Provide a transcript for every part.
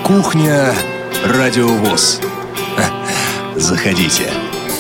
Кухня Радиовоз. Заходите.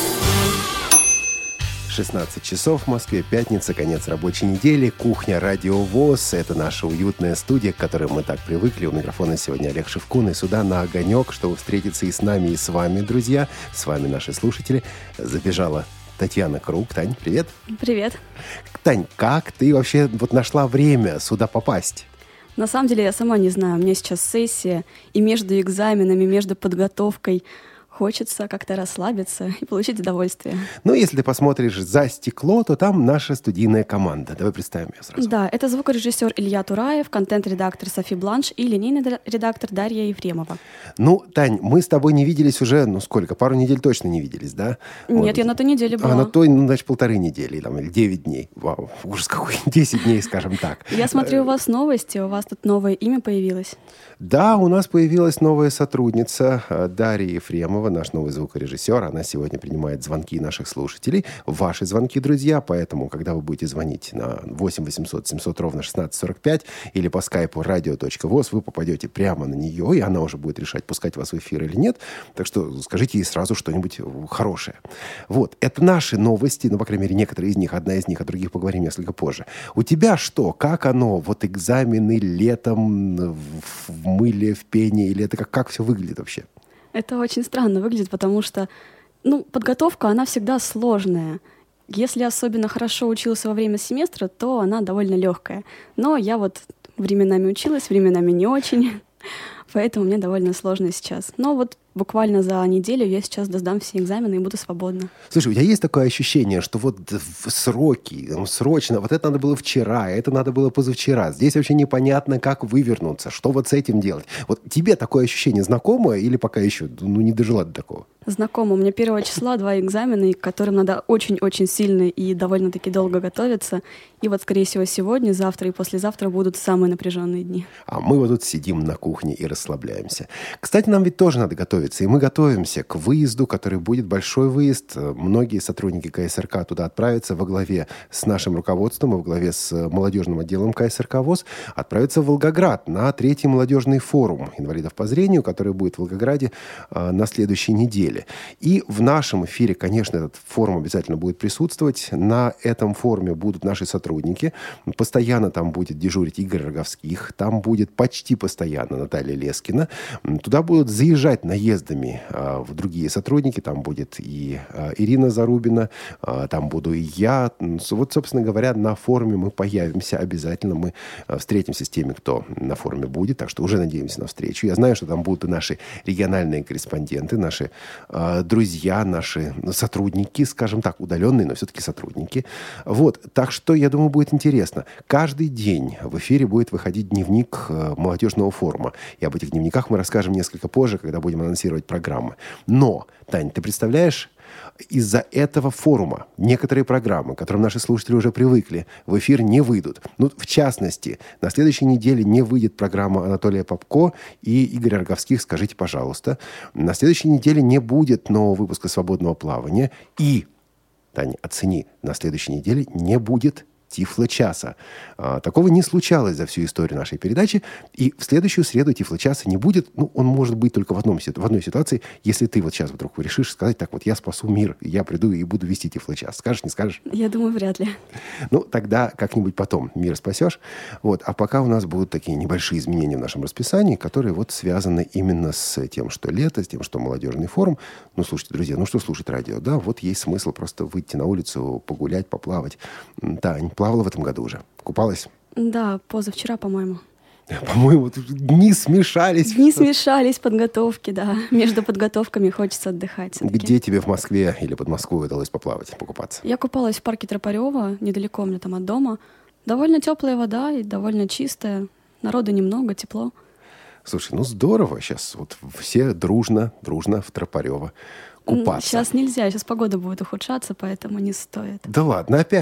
16 часов в Москве, пятница, конец рабочей недели. Кухня Радиовоз. Это наша уютная студия, к которой мы так привыкли. У микрофона сегодня Олег Шевкун. И сюда на огонек, чтобы встретиться и с нами, и с вами, друзья. С вами наши слушатели. Забежала Татьяна Круг. Тань, привет. Привет. Тань, как ты вообще нашла время сюда попасть? На самом деле я сама не знаю. У меня сейчас сессия, и между экзаменами, между подготовкой хочется как-то расслабиться и получить удовольствие. Ну, если ты посмотришь за стекло, то там наша студийная команда. Давай представим ее сразу. Да, это звукорежиссер Илья Тураев, контент-редактор Софи Бланш и линейный редактор Дарья Ефремова. Ну, Тань, мы с тобой не виделись уже, сколько? Пару недель точно не виделись, да? Нет, я на той неделе была. На той, значит, 1,5 недели, или 9 дней. Вау, ужас какой, 10 дней, скажем так. Я смотрю у вас новости, у вас тут новое имя появилось. Да, у нас появилась новая сотрудница Дарья Ефремова, наш новый звукорежиссер. Она сегодня принимает звонки наших слушателей. Ваши звонки, друзья. Поэтому, когда вы будете звонить на 8 800 700 ровно 1645 или по скайпу radio.voz, вы попадете прямо на нее, и она уже будет решать, пускать вас в эфир или нет. Так что скажите ей сразу что-нибудь хорошее. Вот. Это наши новости, по крайней мере, некоторые из них. Одна из них, о других поговорим несколько позже. У тебя что? Как оно? Экзамены летом в мыле, в пене? Или это как все выглядит вообще? Это очень странно выглядит, потому что, подготовка, она всегда сложная. Если особенно хорошо учился во время семестра, то она довольно легкая. Но я временами училась, временами не очень. Поэтому мне довольно сложно сейчас. Но буквально за неделю я сейчас сдам все экзамены и буду свободна. Слушай, у тебя есть такое ощущение, что в сроки, срочно, это надо было вчера, это надо было позавчера. Здесь вообще непонятно, как вывернуться, что с этим делать. Тебе такое ощущение знакомо или пока еще не дожила до такого? Знакомо. У меня 1 числа 2 экзамена, к которым надо очень-очень сильно и довольно-таки долго готовиться. И скорее всего, сегодня, завтра и послезавтра будут самые напряженные дни. А мы тут сидим на кухне и расслабляемся. Кстати, нам ведь тоже надо готовиться. И мы готовимся к выезду, который будет большой выезд. Многие сотрудники КСРК туда отправятся во главе с нашим руководством и во главе с молодежным отделом КСРК ВОС. Отправятся в Волгоград на 3-й молодежный форум инвалидов по зрению, который будет в Волгограде на следующей неделе. И в нашем эфире, конечно, этот форум обязательно будет присутствовать. На этом форуме будут наши сотрудники. Постоянно там будет дежурить Игорь Роговских. Там будет почти постоянно Наталья Лескина. Туда будут заезжать наездами в другие сотрудники. Там будет и Ирина Зарубина. Там буду и я. Собственно говоря, на форуме мы появимся обязательно. Мы встретимся с теми, кто на форуме будет. Так что уже надеемся на встречу. Я знаю, что там будут и наши региональные корреспонденты, наши друзья, наши сотрудники, скажем так, удаленные, но все-таки сотрудники. Так что, я думаю, будет интересно. Каждый день в эфире будет выходить дневник молодежного форума. И об этих дневниках мы расскажем несколько позже, когда будем анонсировать программы. Но, Тань, ты представляешь, из-за этого форума некоторые программы, к которым наши слушатели уже привыкли, в эфир не выйдут. В частности, на следующей неделе не выйдет программа Анатолия Попко и Игоря Роговских «Скажите, пожалуйста». На следующей неделе не будет нового выпуска «Свободного плавания». И, Таня, оцени, на следующей неделе не будет Тифло-часа. Такого не случалось за всю историю нашей передачи. И в следующую среду Тифло-часа не будет. Он может быть только в одной ситуации. Если ты сейчас вдруг решишь сказать, я спасу мир, я приду и буду вести Тифло-час. Скажешь, не скажешь? Я думаю, вряд ли. Тогда как-нибудь потом мир спасешь. А пока у нас будут такие небольшие изменения в нашем расписании, которые связаны именно с тем, что лето, с тем, что молодежный форум. Слушайте, друзья, что слушать радио? Да, есть смысл просто выйти на улицу, погулять, поплавать. Тань, плавала в этом году уже? Купалась? Да, позавчера, по-моему. По-моему, дни смешались. Дни смешались, подготовки, да. Между подготовками хочется отдыхать все-таки. Где тебе в Москве или под Москвой удалось поплавать, покупаться? Я купалась в парке Тропарева, недалеко у меня там от дома. Довольно теплая вода и довольно чистая. Народу немного, тепло. Слушай, здорово. Сейчас все дружно в Тропарево купаться. Сейчас нельзя, сейчас погода будет ухудшаться, поэтому не стоит. Да ладно, опять?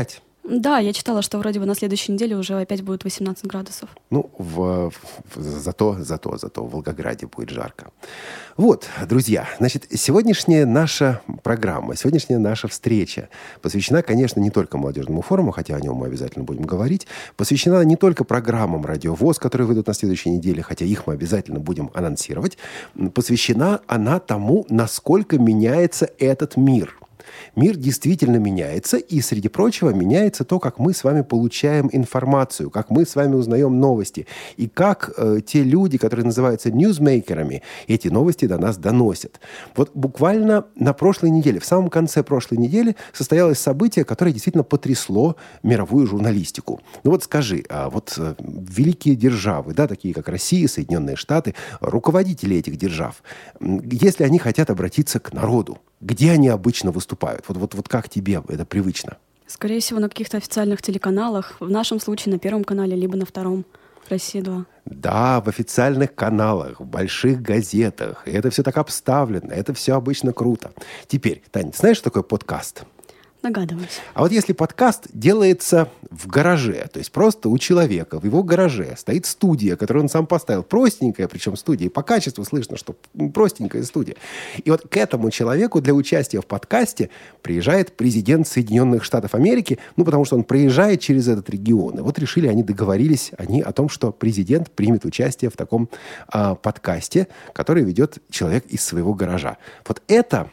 Да, я читала, что вроде бы на следующей неделе уже опять будет 18 градусов. Ну, зато в Волгограде будет жарко. Вот, друзья, значит, сегодняшняя наша программа, сегодняшняя наша встреча посвящена, конечно, не только молодежному форуму, хотя о нем мы обязательно будем говорить, посвящена не только программам «Радио ВОС», которые выйдут на следующей неделе, хотя их мы обязательно будем анонсировать, посвящена она тому, насколько меняется этот мир. Мир действительно меняется, и, среди прочего, меняется то, как мы с вами получаем информацию, как мы с вами узнаем новости, и как те люди, которые называются ньюзмейкерами, эти новости до нас доносят. Вот буквально на прошлой неделе, в самом конце прошлой недели, состоялось событие, которое действительно потрясло мировую журналистику. Ну вот скажи, великие державы, да, такие как Россия, Соединенные Штаты, руководители этих держав, если они хотят обратиться к народу, где они обычно выступают? Вот как тебе это привычно? Скорее всего, на каких-то официальных телеканалах. В нашем случае на Первом канале, либо на Втором. Россия-2. Да, в официальных каналах, в больших газетах. И это все так обставлено. Это все обычно круто. Теперь, Таня, ты знаешь, что такое подкаст? Догадываюсь. А вот если подкаст делается в гараже, то есть просто у человека в его гараже стоит студия, которую он сам поставил, простенькая, причем студия, и по качеству слышно, что простенькая студия. И вот к этому человеку для участия в подкасте приезжает президент Соединенных Штатов Америки, потому что он проезжает через этот регион. И вот решили, договорились они о том, что президент примет участие в таком подкасте, который ведет человек из своего гаража. Вот это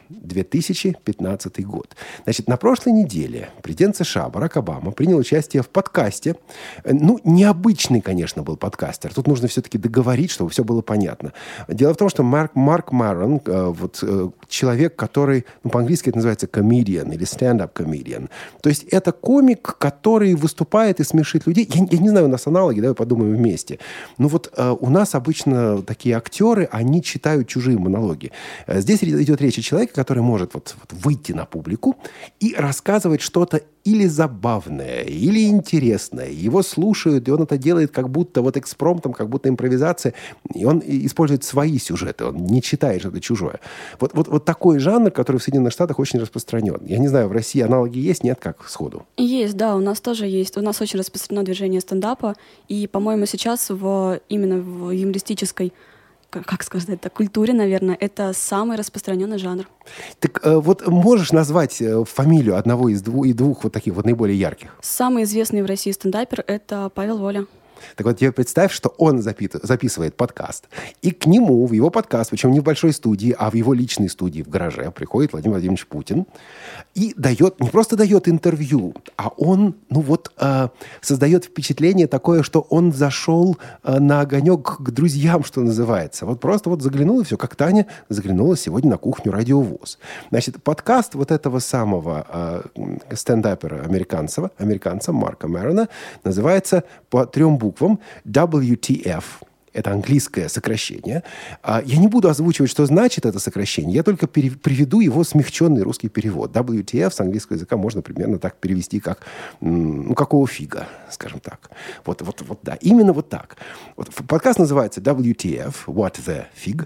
2015 год. Значит, на прошлой неделе президент США Барак Обама принял участие в подкасте. Необычный, конечно, был подкастер. Тут нужно все-таки договорить, чтобы все было понятно. Дело в том, что Марк Марон, человек, который, по-английски это называется comedian или stand-up comedian. То есть это комик, который выступает и смешит людей. Я не знаю, у нас аналоги, давай подумаем вместе. У нас обычно такие актеры, они читают чужие монологи. Здесь идет речь о человеке, который может выйти на публику и рассказывать что-то или забавное, или интересное. Его слушают, и он это делает как будто экспромтом, как будто импровизация. И он использует свои сюжеты, он не читает что-то чужое. Вот такой жанр, который в Соединенных Штатах очень распространен. Я не знаю, в России аналоги есть, нет, как сходу? Есть, да, у нас тоже есть. У нас очень распространено движение стендапа. И, по-моему, сейчас именно в юмористической культуре, наверное, это самый распространенный жанр. Так можешь назвать фамилию одного из двух таких наиболее ярких? Самый известный в России стендапер — это Павел Воля. Так вот, тебе представь, что он записывает подкаст. И к нему, в его подкаст, причем не в большой студии, а в его личной студии в гараже, приходит Владимир Владимирович Путин и не просто дает интервью, а он, создает впечатление такое, что он зашел на огонек к друзьям, что называется. Просто заглянул, и все, как Таня заглянула сегодня на кухню Радио ВОС. Значит, подкаст этого самого стендапера американца Марка Марона называется по 3 буквам WTF. Это английское сокращение. Я не буду озвучивать, что значит это сокращение. Я только приведу его смягченный русский перевод. WTF с английского языка можно примерно так перевести, как какого фига, скажем так. Да, именно так. Подкаст называется WTF, What the Fig.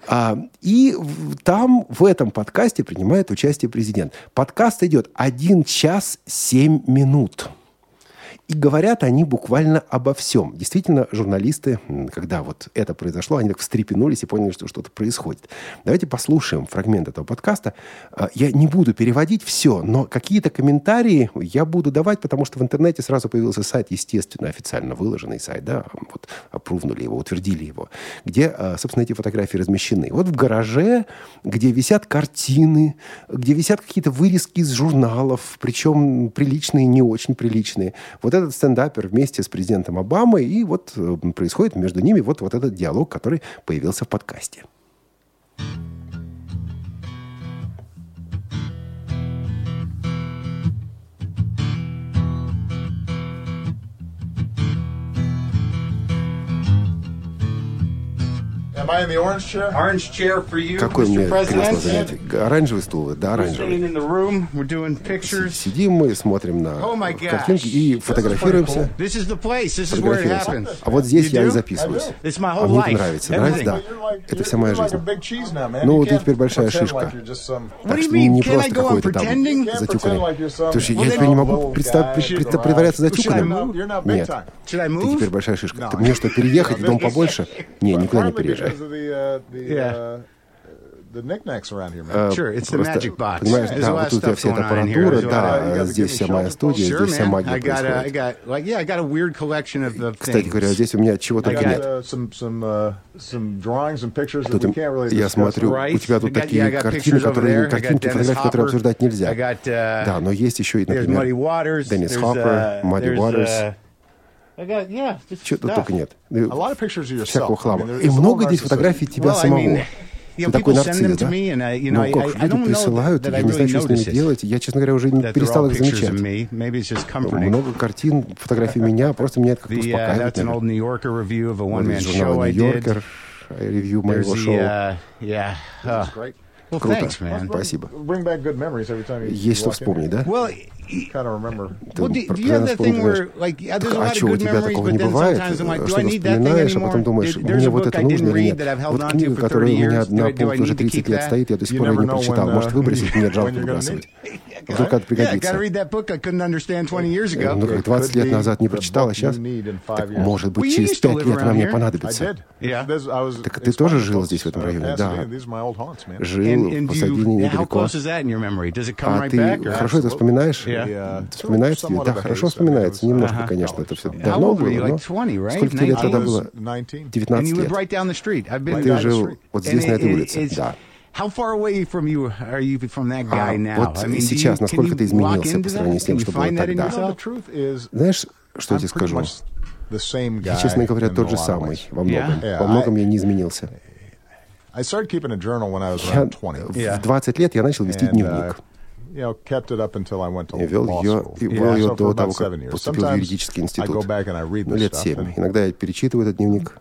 И там, в этом подкасте принимает участие президент. Подкаст идет 1 час 7 минут. И говорят они буквально обо всем. Действительно, журналисты, когда это произошло, они так встрепенулись и поняли, что что-то происходит. Давайте послушаем фрагмент этого подкаста. Я не буду переводить все, но какие-то комментарии я буду давать, потому что в интернете сразу появился сайт, естественно, официально выложенный сайт, да, опрувнули его, утвердили его, где, собственно, эти фотографии размещены. В гараже, где висят картины, где висят какие-то вырезки из журналов, причем приличные, не очень приличные. Этот стендапер вместе с президентом Обамой, и происходит между ними этот диалог, который появился в подкасте. Какое мне кресло занять? Оранжевый стул? Да, оранжевый. Сидим мы, смотрим на картинки и фотографируемся. А вот здесь я и записываюсь. А мне это нравится. Нравится? Да. Это вся моя жизнь. Ну, ты теперь большая шишка. Так что не просто какой-то там затюканный. Слушай, я теперь не могу притворяться затюканным. Нет. Ты теперь большая шишка. Ты мне что, переехать в дом побольше? Не, никуда не переезжай. Просто, понимаешь, да, вот тут у тебя вся эта аппаратура, да, здесь вся моя студия, здесь вся магия происходит. Кстати говоря, здесь у меня чего только нет. Тут я смотрю, у тебя тут такие картинки, фотографии, которые обсуждать нельзя. Да, но есть еще и, например, Деннис Хоппер, Мадди Уотерс. Чего тут только нет. Всякого хлама. И много здесь фотографий тебя самого. Ты такой нарцисс, да? Ну, как люди присылают, я не знаю, что с ними делать. Я, честно говоря, уже перестал их замечать. Много картин, фотографий меня, просто меня это как-то успокаивает. Вот из журнала «Нью-Йоркер», ревью моего шоу. Круто, спасибо. Есть что вспомнить, да? Ты постоянно вспоминаешь, а что, у тебя такого не бывает? Что-то вспоминаешь, а потом думаешь, мне вот это нужно или нет? Вот книга, которая у меня на полке уже 30 лет стоит, я до сих пор ее не прочитал. Может, выбросить? Нет, жалко выбрасывать. Вдруг это пригодится. Ну, как 20 лет назад не прочитал, а сейчас? Так, может быть, через 5 лет она мне понадобится. Так ты тоже жил здесь, в этом районе? Да. Жил в Пасадине недалеко. А ты хорошо это вспоминаешь? Вспоминается тебе? Да, хорошо вспоминается. Немножко, конечно, это все давно было, но сколько тебе лет тогда было? 19 лет. Ты жил вот здесь, на этой улице. Да. Вот сейчас, насколько ты изменился по сравнению с тем, что было тогда? Знаешь, что я тебе скажу? Я, честно говоря, тот же самый во многом. Во многом я не изменился. В 20 лет я начал вести дневник. Вел ее до того, как поступил в юридический институт. Лет 7. Иногда я перечитываю этот дневник.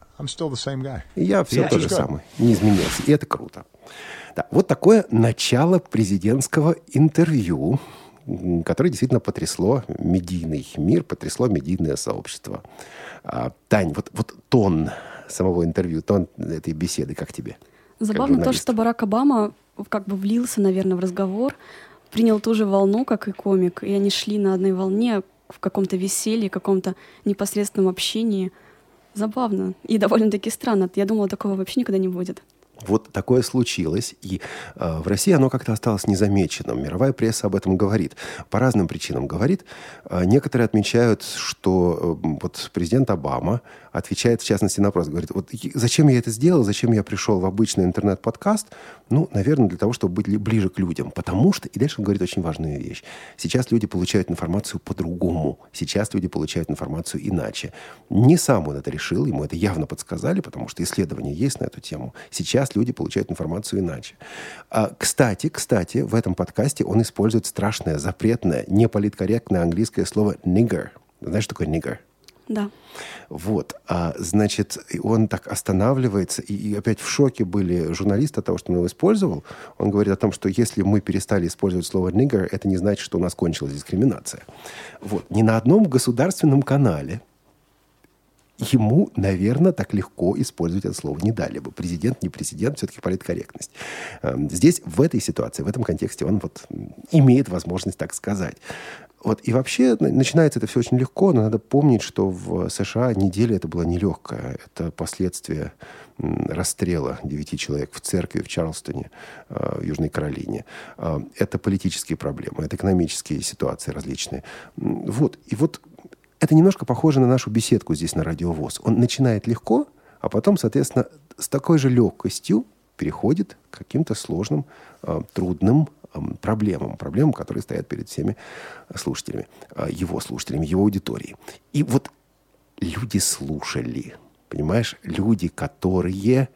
И я все тот же самый. Не изменился. И это круто. Да, вот такое начало президентского интервью, которое действительно потрясло медийный мир, потрясло медийное сообщество. Тань, вот тон самого интервью, тон этой беседы, как тебе? Забавно то, что Барак Обама как бы влился, наверное, в разговор, принял ту же волну, как и комик, и они шли на одной волне в каком-то веселье, каком-то непосредственном общении. Забавно и довольно-таки странно. Я думала, такого вообще никогда не будет. Вот такое случилось, и в России оно как-то осталось незамеченным. Мировая пресса об этом говорит. По разным причинам говорит. Некоторые отмечают, что вот президент Обама отвечает, в частности, на вопрос. Говорит, вот зачем я это сделал, зачем я пришел в обычный интернет-подкаст? Ну, наверное, для того, чтобы быть ближе к людям. Потому что, и дальше он говорит очень важную вещь. Сейчас люди получают информацию по-другому. Сейчас люди получают информацию иначе. Не сам он это решил, ему это явно подсказали, потому что исследования есть на эту тему. Сейчас люди получают информацию иначе. Кстати, в этом подкасте он использует страшное, запретное, неполиткорректное английское слово «nigger». Знаешь, что такое «nigger»? Да. Вот. Значит, он так останавливается, и опять в шоке были журналисты от того, что он его использовал. Он говорит о том, что если мы перестали использовать слово «nigger», это не значит, что у нас кончилась дискриминация. Вот. Ни на одном государственном канале ему, наверное, так легко использовать это слово не дали бы. Президент, не президент, все-таки политкорректность. Здесь, в этой ситуации, в этом контексте он вот имеет возможность так сказать. Вот. И вообще начинается это все очень легко, но надо помнить, что в США неделя это была нелегкая. Это последствия расстрела 9 человек в церкви в Чарльстоне, в Южной Каролине. Это политические проблемы, это экономические ситуации различные. Вот. И вот это немножко похоже на нашу беседку здесь на Радио ВОС. Он начинает легко, а потом, соответственно, с такой же легкостью переходит к каким-то сложным, трудным проблемам, которые стоят перед всеми слушателями, его аудиторией. И вот люди слушали, понимаешь, люди, которые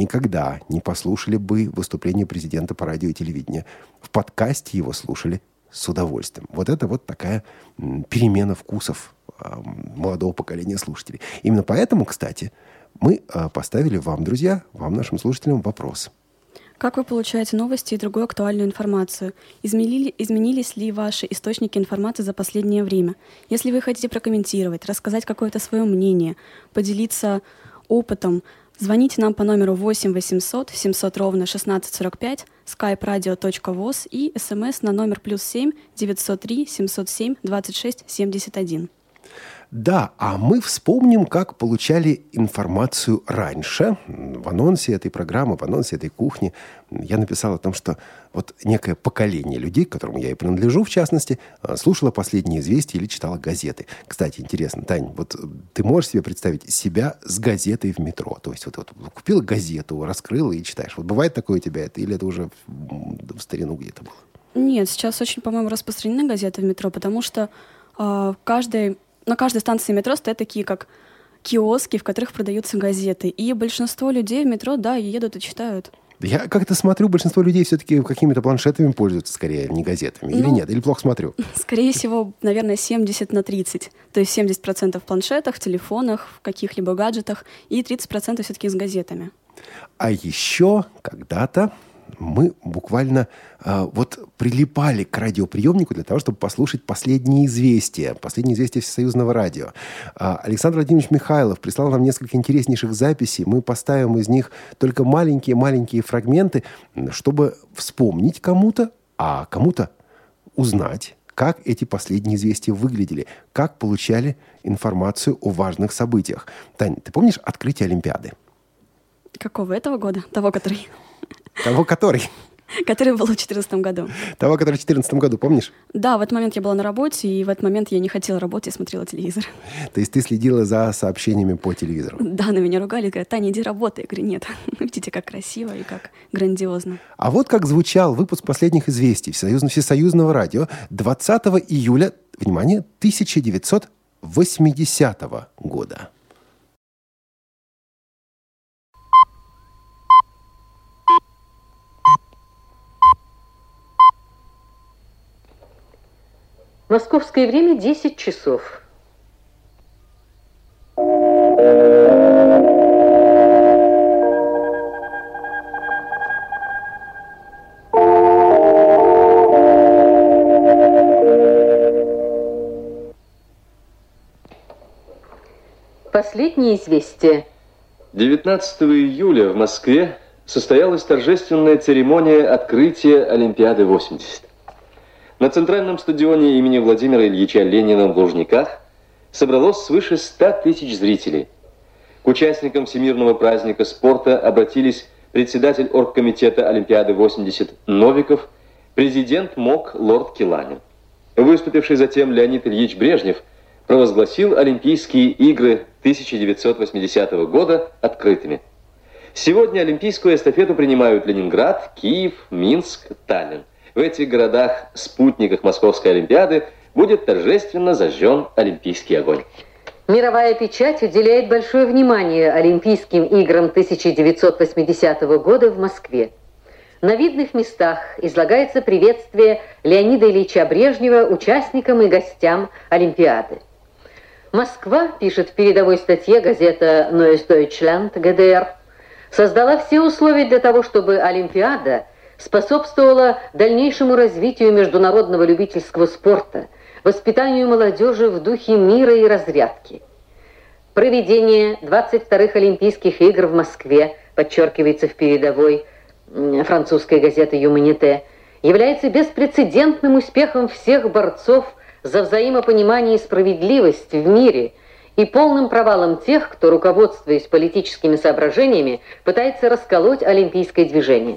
никогда не послушали бы выступление президента по радио и телевидению. В подкасте его слушали с удовольствием. Вот это вот такая перемена вкусов молодого поколения слушателей. Именно поэтому, кстати, мы поставили вам, друзья, вам, нашим слушателям, вопрос. Как вы получаете новости и другую актуальную информацию? Изменились ли ваши источники информации за последнее время? Если вы хотите прокомментировать, рассказать какое-то свое мнение, поделиться опытом, звоните нам по номеру 8 800 700 ровно 1645, skype-radio.voz и смс на номер +7 903 707 26 71. Да, а мы вспомним, как получали информацию раньше. В анонсе этой программы, в анонсе этой кухни я написал о том, что вот некое поколение людей, к которому я и принадлежу, в частности, слушало последние известия или читало газеты. Кстати, интересно, Тань, вот ты можешь себе представить себя с газетой в метро? То есть вот купила газету, раскрыла и читаешь. Вот бывает такое у тебя это, или это уже в старину где-то было? Нет, сейчас очень, по-моему, распространены газеты в метро, потому что на каждой станции метро стоят такие, как киоски, в которых продаются газеты. И большинство людей в метро, да, едут и читают. Я как-то смотрю, большинство людей все-таки какими-то планшетами пользуются, скорее, не газетами. Или нет? Или плохо смотрю? Скорее всего, наверное, 70/30. То есть 70% в планшетах, в телефонах, в каких-либо гаджетах, и 30% все-таки с газетами. А еще когда-то мы буквально прилипали к радиоприемнику для того, чтобы послушать последние известия Всесоюзного радио. Александр Владимирович Михайлов прислал нам несколько интереснейших записей. Мы поставим из них только маленькие фрагменты, чтобы вспомнить кому-то, а кому-то узнать, как эти последние известия выглядели, как получали информацию о важных событиях. Тань, ты помнишь открытие Олимпиады? Какого этого года? Того, который... Того, который? Который был в 2014 году. Того, который в 2014 году, помнишь? Да, в этот момент я была на работе, и в этот момент я не хотела работать, я смотрела телевизор. То есть ты следила за сообщениями по телевизору? Да, на меня ругали, говорят: Таня, иди работай. Я говорю: нет, видите, как красиво и как грандиозно. А вот как звучал выпуск последних известий Всесоюзного радио 20 июля, внимание, 1980 года. Московское время 10 часов. Последнее известие. 19 июля в Москве состоялась торжественная церемония открытия Олимпиады 80. На центральном стадионе имени Владимира Ильича Ленина в Лужниках собралось свыше 100 тысяч зрителей. К участникам всемирного праздника спорта обратились председатель оргкомитета Олимпиады 80 Новиков, президент МОК лорд Киланин. Выступивший затем Леонид Ильич Брежнев провозгласил Олимпийские игры 1980 года открытыми. Сегодня олимпийскую эстафету принимают Ленинград, Киев, Минск, Таллин. В этих городах-спутниках Московской Олимпиады будет торжественно зажжен олимпийский огонь. Мировая печать уделяет большое внимание Олимпийским играм 1980 года в Москве. На видных местах излагается приветствие Леонида Ильича Брежнева участникам и гостям Олимпиады. Москва, пишет в передовой статье газета Neues Deutschland, ГДР, создала все условия для того, чтобы Олимпиада способствовала дальнейшему развитию международного любительского спорта, воспитанию молодежи в духе мира и разрядки. Проведение 22-х Олимпийских игр в Москве, подчеркивается в передовой французской газеты «Юманите», является беспрецедентным успехом всех борцов за взаимопонимание и справедливость в мире и полным провалом тех, кто, руководствуясь политическими соображениями, пытается расколоть олимпийское движение.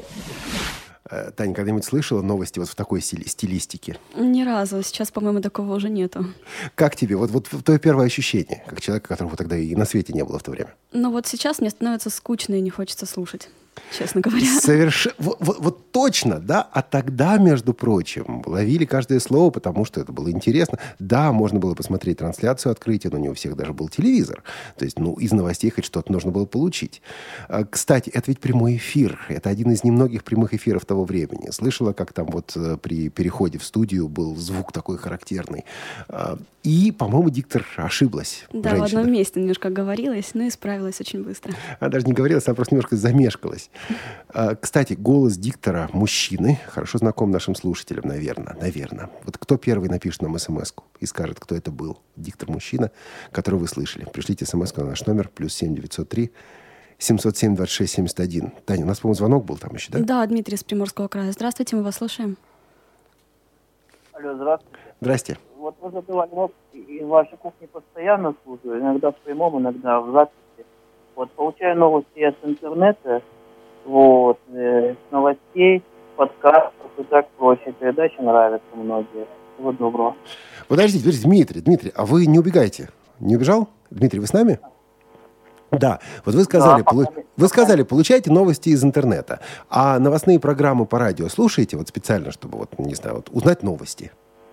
Таня, когда-нибудь слышала новости вот в такой стилистике? Ни разу. Сейчас, по-моему, такого уже нету. Как тебе? Вот твое первое ощущение, как человека, которого тогда и на свете не было в то время? Ну вот сейчас мне становится скучно и не хочется слушать. честно говоря. Вот точно, да? А тогда, между прочим, ловили каждое слово, потому что это было интересно. Да, можно было посмотреть трансляцию открытия, но не у всех даже был телевизор. То есть, из новостей хоть что-то нужно было получить. Кстати, это ведь прямой эфир. Это один из немногих прямых эфиров того времени. Слышала, как там при переходе в студию был звук такой характерный. И, по-моему, диктор ошиблась. Да, женщина. в одном месте немножко оговорилась, но исправилась очень быстро. Она даже не говорилась, она просто немножко замешкалась. Кстати, голос диктора мужчины хорошо знаком нашим слушателям, наверное. Вот кто первый напишет нам смс-ку и скажет, кто это был? Диктор-мужчина, которого вы слышали. Пришлите смс-ку на наш номер +7 903 707 26 71. Таня, у нас, по-моему, звонок был там еще, да? Да, Дмитрий из Приморского края. Здравствуйте, мы вас слушаем. Алло, здравствуйте. Здрасте. Вот вы задавали вопрос, и вашей кухни постоянно слушаю, иногда в прямом, иногда в записи. Вот, получаю новости от интернета, с новостей, подкастов и так прочее. Передачи нравятся многие. Всего доброго. Подождите, Дмитрий, а вы не убегайте? Не убежал? Дмитрий, вы с нами? Да, вот вы сказали, получаете новости из интернета, а новостные программы по радио слушаете специально, чтобы, узнать новости?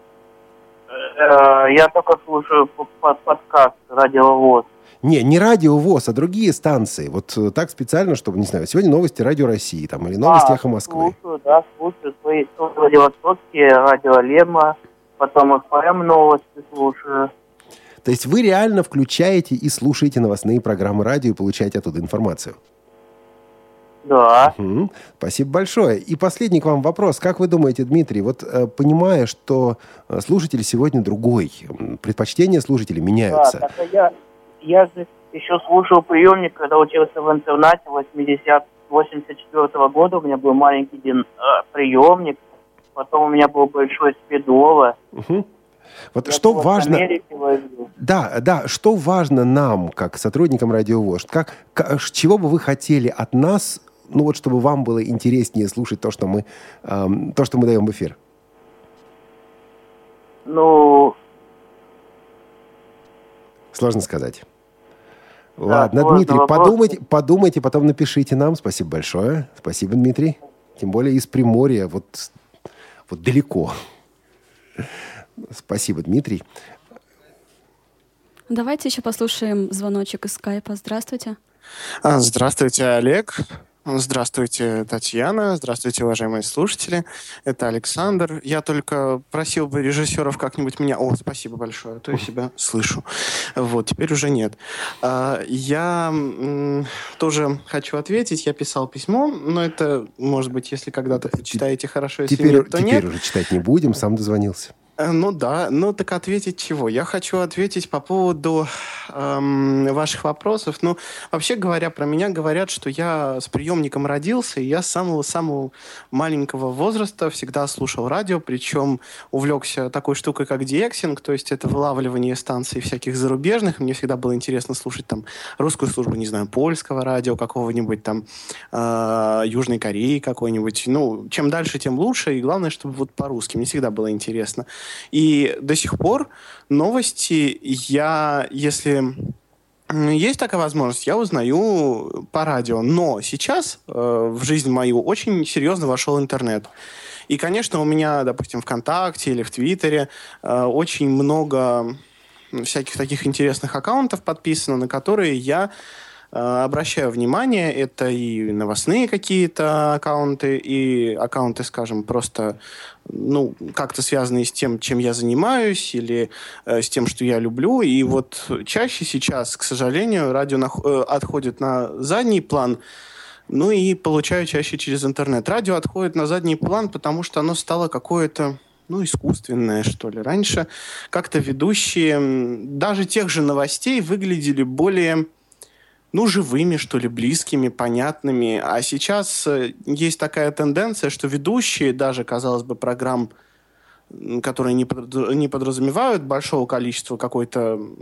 Я только слушаю подкаст «Радио ВОС». Не Радио ВОС, а другие станции. Вот так специально, чтобы, сегодня новости Радио России или новости Эхо Москвы. Слушаю свои Владивостокские, Радио Лема, потом ФМ новости слушаю. То есть вы реально включаете и слушаете новостные программы радио и получаете оттуда информацию? Да. Угу. Спасибо большое. И последний к вам вопрос. Как вы думаете, Дмитрий, понимая, что слушатель сегодня другой, предпочтения слушателей меняются? Да, так я же еще слушал приемник, когда учился в интернате 84 года. У меня был маленький приемник, потом у меня был большой спидола. Угу. Вот что важно... Да, что важно нам, как сотрудникам Радио ВОС? Чего бы вы хотели от нас, чтобы вам было интереснее слушать то, что мы даем в эфир? Сложно сказать. Да, ладно, Дмитрий, подумайте, потом напишите нам. Спасибо большое. Спасибо, Дмитрий. Тем более из Приморья, далеко. Спасибо, Дмитрий. Давайте еще послушаем звоночек из скайпа. Здравствуйте. Здравствуйте, Олег. Здравствуйте, Татьяна. Здравствуйте, уважаемые слушатели. Это Александр. Я только просил бы режиссеров как-нибудь меня... Спасибо большое, а то я себя слышу. Теперь уже нет. Я тоже хочу ответить. Я писал письмо, но это, может быть, если когда-то почитаете хорошо, если нет, то нет. Теперь уже читать не будем, сам дозвонился. Так ответить чего? Я хочу ответить по поводу ваших вопросов. Вообще говоря, про меня говорят, что я с приемником родился, и я с самого-самого маленького возраста всегда слушал радио, причем увлекся такой штукой, как диексинг, то есть это вылавливание станций всяких зарубежных. Мне всегда было интересно слушать русскую службу, польского радио какого-нибудь Южной Кореи какой-нибудь. Чем дальше, тем лучше, и главное, чтобы по-русски. Мне всегда было интересно. И до сих пор новости если есть такая возможность, я узнаю по радио. Но сейчас в жизнь мою очень серьезно вошел интернет. И, конечно, у меня, допустим, ВКонтакте или в Твиттере очень много всяких таких интересных аккаунтов подписано, на которые я обращаю внимание. Это и новостные какие-то аккаунты, и аккаунты, скажем, просто как-то связанные с тем, чем я занимаюсь, или с тем, что я люблю. И чаще сейчас, к сожалению, радио отходит на задний план, и получаю чаще через интернет. Радио отходит на задний план, потому что оно стало какое-то искусственное, что ли. Раньше как-то ведущие даже тех же новостей выглядели более... живыми, что ли, близкими, понятными. А сейчас есть такая тенденция, что ведущие даже, казалось бы, программ, которые не подразумевают большого количества какой-то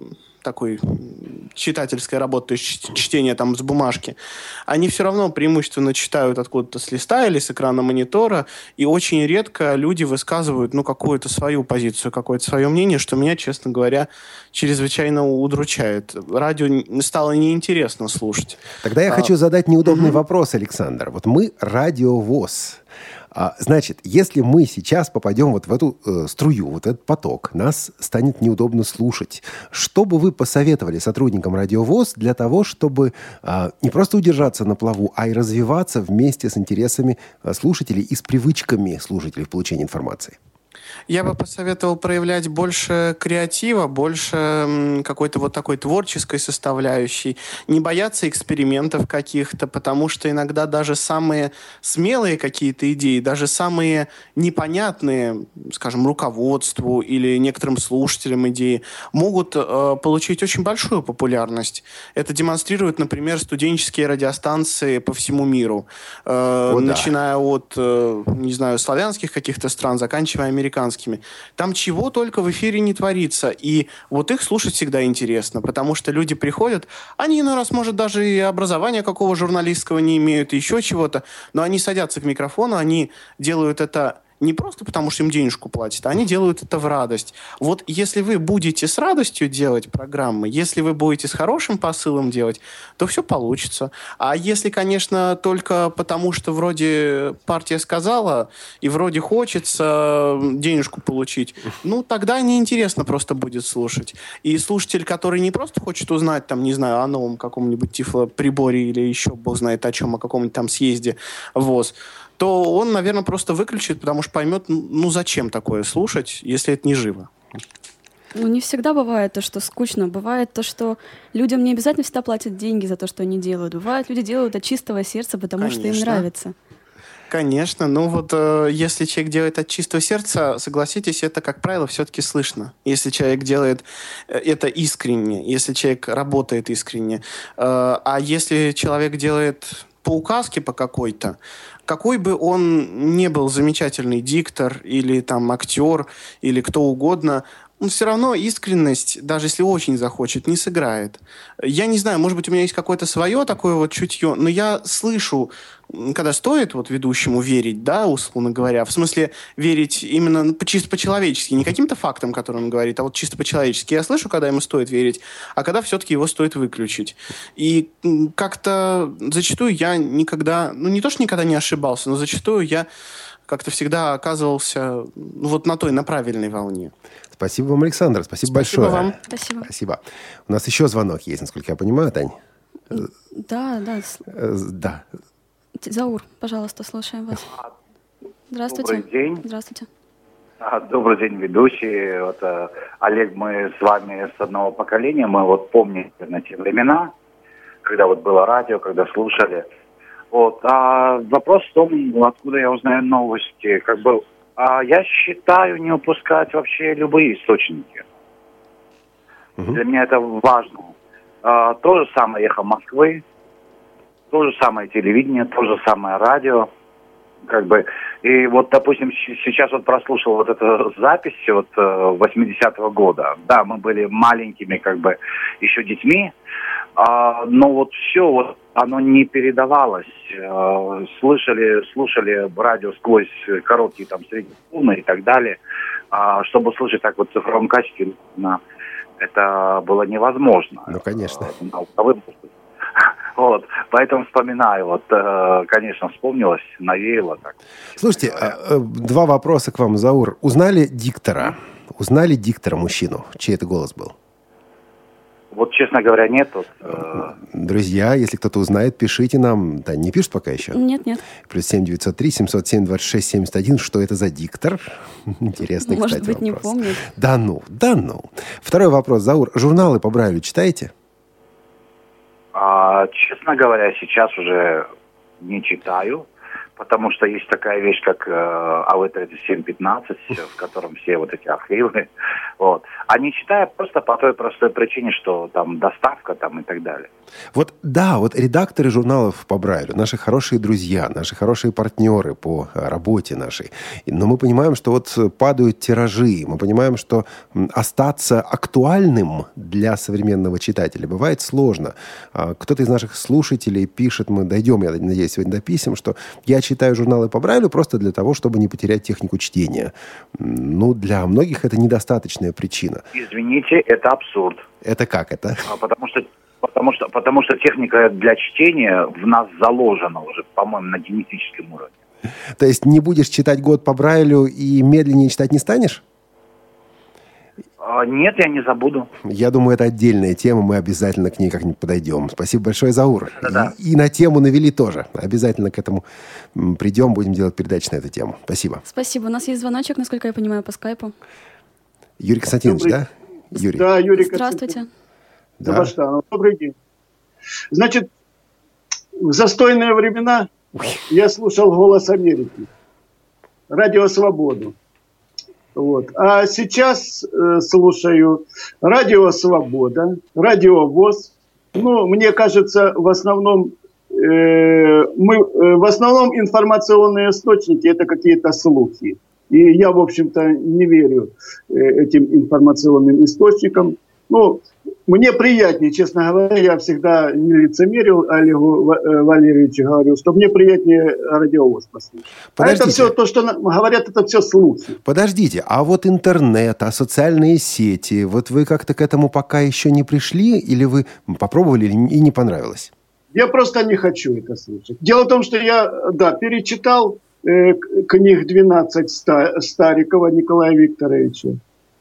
такой читательской работы, то есть чтение там с бумажки, они все равно преимущественно читают откуда-то с листа или с экрана монитора, и очень редко люди высказывают, какую-то свою позицию, какое-то свое мнение, что меня, честно говоря, чрезвычайно удручает. Радио стало неинтересно слушать. Тогда я хочу задать неудобный вопрос, Александр. Вот мы Радио ВОС. Значит, если мы сейчас попадем вот в эту струю, вот этот поток, нас станет неудобно слушать. Что бы вы посоветовали сотрудникам Радио ВОС для того, чтобы не просто удержаться на плаву, а и развиваться вместе с интересами слушателей и с привычками слушателей в получении информации? Я бы посоветовал проявлять больше креатива, больше какой-то вот такой творческой составляющей. Не бояться экспериментов каких-то, потому что иногда даже самые смелые какие-то идеи, даже самые непонятные, скажем, руководству или некоторым слушателям идеи, могут получить очень большую популярность. Это демонстрируют, например, студенческие радиостанции по всему миру. Начиная от, не знаю, славянских каких-то стран, заканчивая американскими. Там чего только в эфире не творится. И вот их слушать всегда интересно, потому что люди приходят, они иной раз, может, даже и образования какого журналистского не имеют, еще чего-то, но они садятся к микрофону, они делают это не просто потому, что им денежку платят, а они делают это в радость. Вот если вы будете с радостью делать программы, если вы будете с хорошим посылом делать, то все получится. А если, конечно, только потому, что вроде партия сказала, и вроде хочется денежку получить, тогда неинтересно просто будет слушать. И слушатель, который не просто хочет узнать, там, не знаю, о новом каком-нибудь тифлоприборе или еще бог знает о чем, о каком-нибудь там съезде ВОС, то он, наверное, просто выключит, потому что поймет, зачем такое слушать, если это не живо. Не всегда бывает то, что скучно. Бывает то, что людям не обязательно всегда платят деньги за то, что они делают. Бывает, люди делают от чистого сердца, потому что им нравится. Конечно. Если человек делает от чистого сердца, согласитесь, это, как правило, все-таки слышно. Если человек делает это искренне, если человек работает искренне. А если человек делает по указке по какой-то, какой бы он ни был замечательный диктор или там актер или кто угодно, все равно искренность, даже если очень захочет, не сыграет. Я не знаю, может быть, у меня есть какое-то свое такое вот чутье, но я слышу, когда стоит ведущему верить, да, условно говоря, в смысле верить именно чисто по-человечески, не каким-то фактам, которые он говорит, а вот чисто по-человечески. Я слышу, когда ему стоит верить, а когда все-таки его стоит выключить. И как-то зачастую я никогда, не то что никогда не ошибался, но зачастую я как-то всегда оказывался на правильной волне. Спасибо вам, Александр. Спасибо большое. Вам. Спасибо. У нас еще звонок есть, насколько я понимаю, Тань. Да. Да. Заур, пожалуйста, слушаем вас. Здравствуйте. Добрый день. Здравствуйте. Добрый день, ведущий. Олег, мы с вами с одного поколения. Мы помним на те времена, когда было радио, когда слушали. А вопрос в том, откуда я узнаю новости. Я считаю не упускать вообще любые источники. Для меня это важно. То же самое «Эхо Москвы», то же самое телевидение, то же самое радио. И допустим, сейчас прослушал эту запись 80-го года. Да, мы были маленькими, еще детьми. Но все, оно не передавалось. Слушали радио сквозь короткие средние и так далее. Чтобы слышать так в цифровом качестве, это было невозможно. Конечно. Поэтому вспоминаю, конечно, вспомнилось, навеяло так. Слушайте, два вопроса к вам, Заур. Узнали диктора мужчину? Чей это голос был? Честно говоря, нет. Друзья, если кто-то узнает, пишите нам. Да, не пишут пока еще? Нет. +7 903 707 26 71. Что это за диктор? Интересный, Может кстати, быть, не вопрос. помнит. Да ну. Второй вопрос, Заур. Журналы по Брайлю читаете? Честно говоря, сейчас уже не читаю, потому что есть такая вещь, как АВ-3715, в котором все вот эти архивы. Вот. А не читаю просто по той простой причине, что там доставка там и так далее. Вот да, вот редакторы журналов по Брайлю, наши хорошие друзья, наши хорошие партнеры по работе нашей. Но мы понимаем, что вот падают тиражи, мы понимаем, что остаться актуальным для современного читателя бывает сложно. Кто-то из наших слушателей пишет, мы дойдем, я надеюсь, сегодня до писем, что я читаю журналы по Брайлю просто для того, чтобы не потерять технику чтения. Ну, для многих это недостаточная причина. Извините, это абсурд. Это как это? Потому что техника для чтения в нас заложена уже, по-моему, на генетическом уровне. То есть не будешь читать год по Брайлю и медленнее читать не станешь? Нет, я не забуду. Я думаю, это отдельная тема, мы обязательно к ней как-нибудь подойдем. Спасибо большое, Заур. Да-да. И на тему навели тоже. Обязательно к этому придем, будем делать передачу на эту тему. Спасибо. Спасибо. У нас есть звоночек, насколько я понимаю, по скайпу. Юрий Константинович, да? Юрий. Да, Юрий Здравствуйте. Да. Добрый день. Значит, в застойные времена я слушал «Голос Америки», «Радио Свободу». Вот. А сейчас слушаю «Радио Свобода», «Радио ВОС». Ну, мне кажется, в основном информационные источники – это какие-то слухи. И я, в общем-то, не верю этим информационным источникам. Ну, мне приятнее, честно говоря, я всегда не лицемерил Олегу Валерьевичу, говорю, что мне приятнее радиовоз послушать. Подождите. А это все, то, что говорят, это все слухи. Подождите, а вот интернет, а социальные сети, вот вы как-то к этому пока еще не пришли, или вы попробовали и не понравилось? Я просто не хочу это слушать. Дело в том, что я, перечитал книг 12 Старикова Николая Викторовича.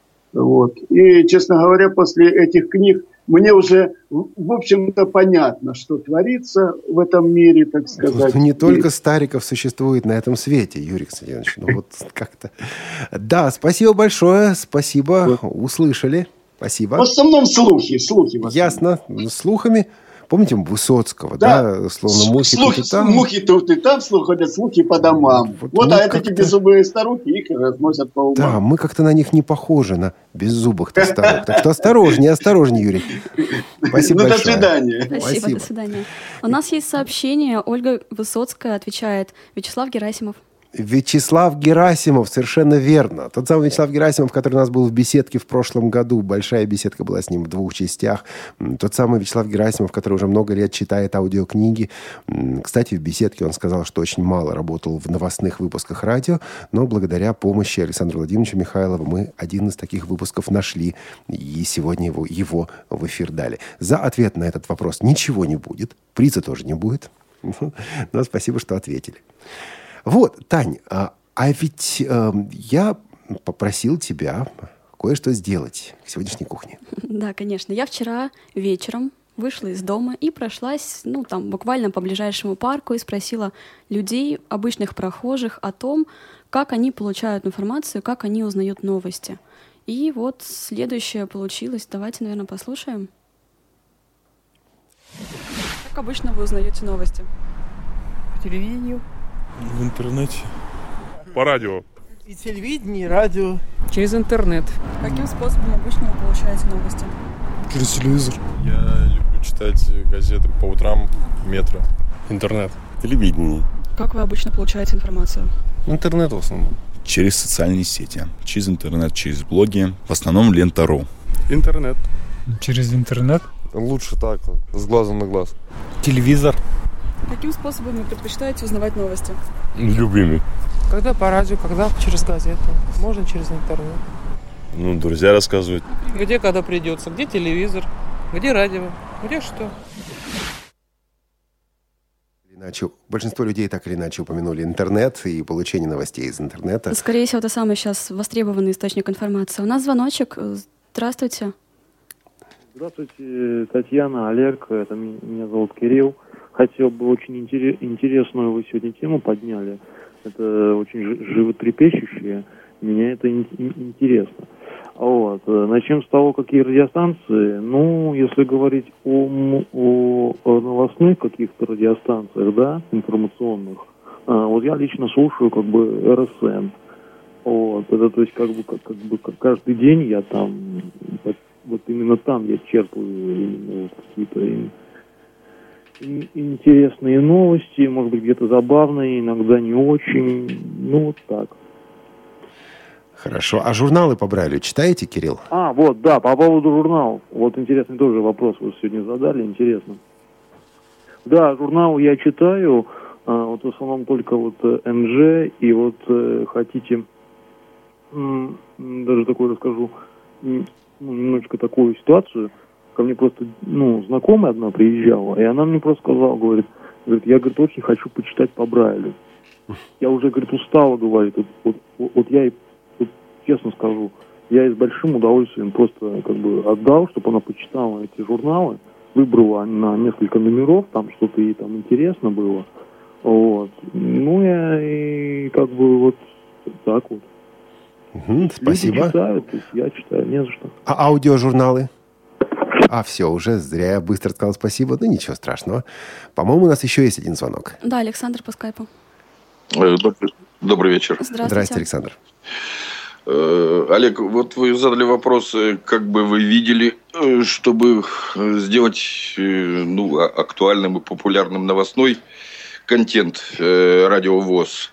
Вот. И, честно говоря, после этих книг мне уже, в общем-то, понятно, что творится в этом мире, так сказать. Не только Стариков существует на этом свете, Юрий Константинович. Ну вот как-то... Да, спасибо большое, спасибо, услышали. Спасибо. В основном слухи. Ясно, слухами. Помните Высоцкого, да? Словно мухи тут и там. Мухи тут и там, ходят слухи по домам. Вот а эти беззубые старухи их разносят по умам. Да, мы как-то на них не похожи, на беззубых-то старух. Так что осторожнее, Юрий. Спасибо большое. До свидания. Спасибо, до свидания. У нас есть сообщение. Ольга Высоцкая отвечает. Вячеслав Герасимов. Вячеслав Герасимов, совершенно верно. Тот самый Вячеслав Герасимов, который у нас был в беседке в прошлом году. Большая беседка была с ним в 2 частях. Тот самый Вячеслав Герасимов, который уже много лет читает аудиокниги. Кстати, в беседке он сказал, что очень мало работал в новостных выпусках радио, но благодаря помощи Александра Владимировича Михайлова мы один из таких выпусков нашли и сегодня его в эфир дали. За ответ на этот вопрос ничего не будет. Приза тоже не будет. Но спасибо, что ответили. Вот, Тань, а ведь я попросил тебя кое-что сделать к сегодняшней кухне. Да, конечно. Я вчера вечером вышла из дома и прошлась, буквально по ближайшему парку и спросила людей, обычных прохожих, о том, как они получают информацию, как они узнают новости. И вот следующее получилось. Давайте, наверное, послушаем. Как обычно вы узнаете новости? По телевидению. В интернете. По радио. И телевидение, и радио. Через интернет. Каким способом обычно вы получаете новости? Через телевизор. Я люблю читать газеты по утрам, метро. Интернет. Телевидение. Как вы обычно получаете информацию? Интернет в основном. Через социальные сети. Через интернет, через блоги. В основном Лента.ру. Интернет. Через интернет? Лучше так, с глазу на глаз. Телевизор. Каким способом вы предпочитаете узнавать новости? Любыми. Когда по радио, когда через газету. Можно через интернет. Друзья рассказывают. Где когда придется, где телевизор, где радио, где что. Большинство людей так или иначе упомянули интернет и получение новостей из интернета. Скорее всего, это самый сейчас востребованный источник информации. У нас звоночек. Здравствуйте. Здравствуйте, Татьяна, Олег. Это меня зовут Кирилл. Хотел бы очень интересную вы сегодня тему подняли. Это очень животрепещущее. Меня это интересно. Вот. Начнем с того, какие радиостанции. Если говорить о новостных каких-то радиостанциях, да, информационных Вот я лично слушаю как бы РСН. Вот. Это, то есть, как бы каждый день я там, вот именно там я черпаю именно вот какие-то интересные новости, может быть, где-то забавные, иногда не очень. Ну, вот так. Хорошо. А журналы по Брайлю читаете, Кирилл? Вот, да, по поводу журналов. Вот интересный тоже вопрос вы сегодня задали, интересно. Да, журнал я читаю, вот в основном только вот НЖ, и вот хотите, даже такое расскажу, немножечко такую ситуацию. Ко мне просто, знакомая одна приезжала, и она мне просто сказала, говорит, я, говорит, очень хочу почитать по Брайлю. Я уже, говорит, устала, говорит, вот я и честно скажу, я и с большим удовольствием просто как бы отдал, чтобы она почитала эти журналы, выбрала на несколько номеров, там что-то ей там интересно было. Вот. Ну, я и как бы вот так вот. Спасибо. Люди читают, то есть я читаю, не за что. А аудиожурналы? Все, уже зря я быстро сказал спасибо. Ну, ничего страшного. По-моему, у нас еще есть один звонок. Да, Александр по скайпу. Добрый вечер. Здравствуйте, Александр. Олег, вот вы задали вопрос, как бы вы видели, чтобы сделать актуальным и популярным новостной контент Радио ВОС.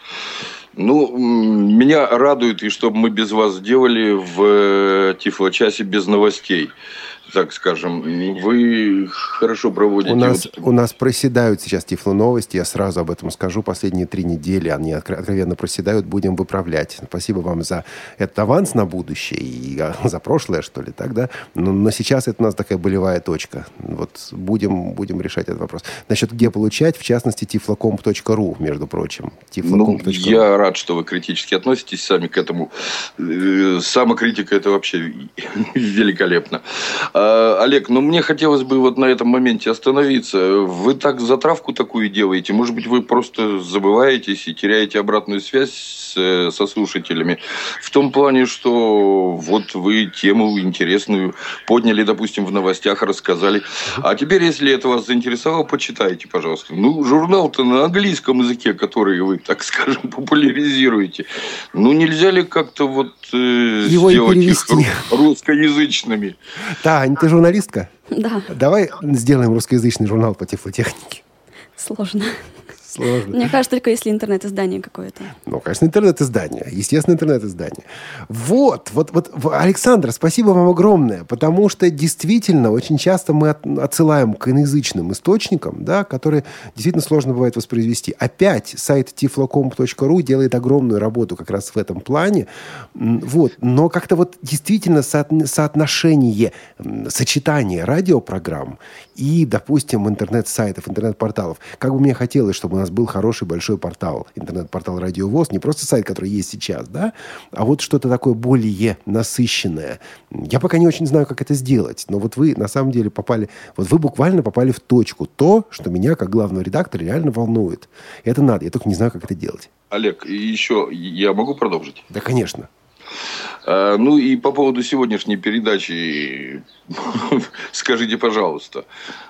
Меня радует, и чтобы мы без вас сделали в Тифлочасе без новостей. Так скажем, вы хорошо проводите... У нас проседают сейчас Тифло-новости, я сразу об этом скажу. Последние 3 недели они откровенно проседают, будем выправлять. Спасибо вам за этот аванс на будущее и за прошлое, что ли, так, да? Но сейчас это у нас такая болевая точка. Вот будем решать этот вопрос. Насчет где получать, в частности, tiflocomp.ru, между прочим. Tiflocomp.ru. Я рад, что вы критически относитесь сами к этому. Самокритика – это вообще великолепно. Олег, мне хотелось бы вот на этом моменте остановиться. Вы так затравку такую делаете. Может быть, вы просто забываетесь и теряете обратную связь со слушателями. В том плане, что вот вы тему интересную подняли, допустим, в новостях, рассказали. А теперь, если это вас заинтересовало, почитайте, пожалуйста. Журнал-то на английском языке, который вы, так скажем, популяризируете. Нельзя ли как-то вот его сделать их русскоязычными? Да, Ань, ты журналистка? Да. Давай сделаем русскоязычный журнал по тифлотехнике. Сложно. Сложно. Мне кажется, только если интернет-издание какое-то. Конечно, интернет-издание. Естественно, интернет-издание. Вот, Александр, спасибо вам огромное, потому что действительно очень часто мы отсылаем к иноязычным источникам, да, которые действительно сложно бывает воспроизвести. Опять сайт tiflocomp.ru делает огромную работу как раз в этом плане. Но как-то действительно соотношение, сочетание радиопрограмм и, допустим, интернет-сайтов, интернет-порталов. Как бы мне хотелось, чтобы у нас был хороший большой портал, интернет-портал Радио ВОС, не просто сайт, который есть сейчас, да, а вот что-то такое более насыщенное. Я пока не очень знаю, как это сделать, но вы на самом деле вы буквально попали в точку, то, что меня, как главного редактора, реально волнует. Это надо, я только не знаю, как это делать. Олег, еще я могу продолжить? Да, конечно. И по поводу сегодняшней передачи скажите, пожалуйста.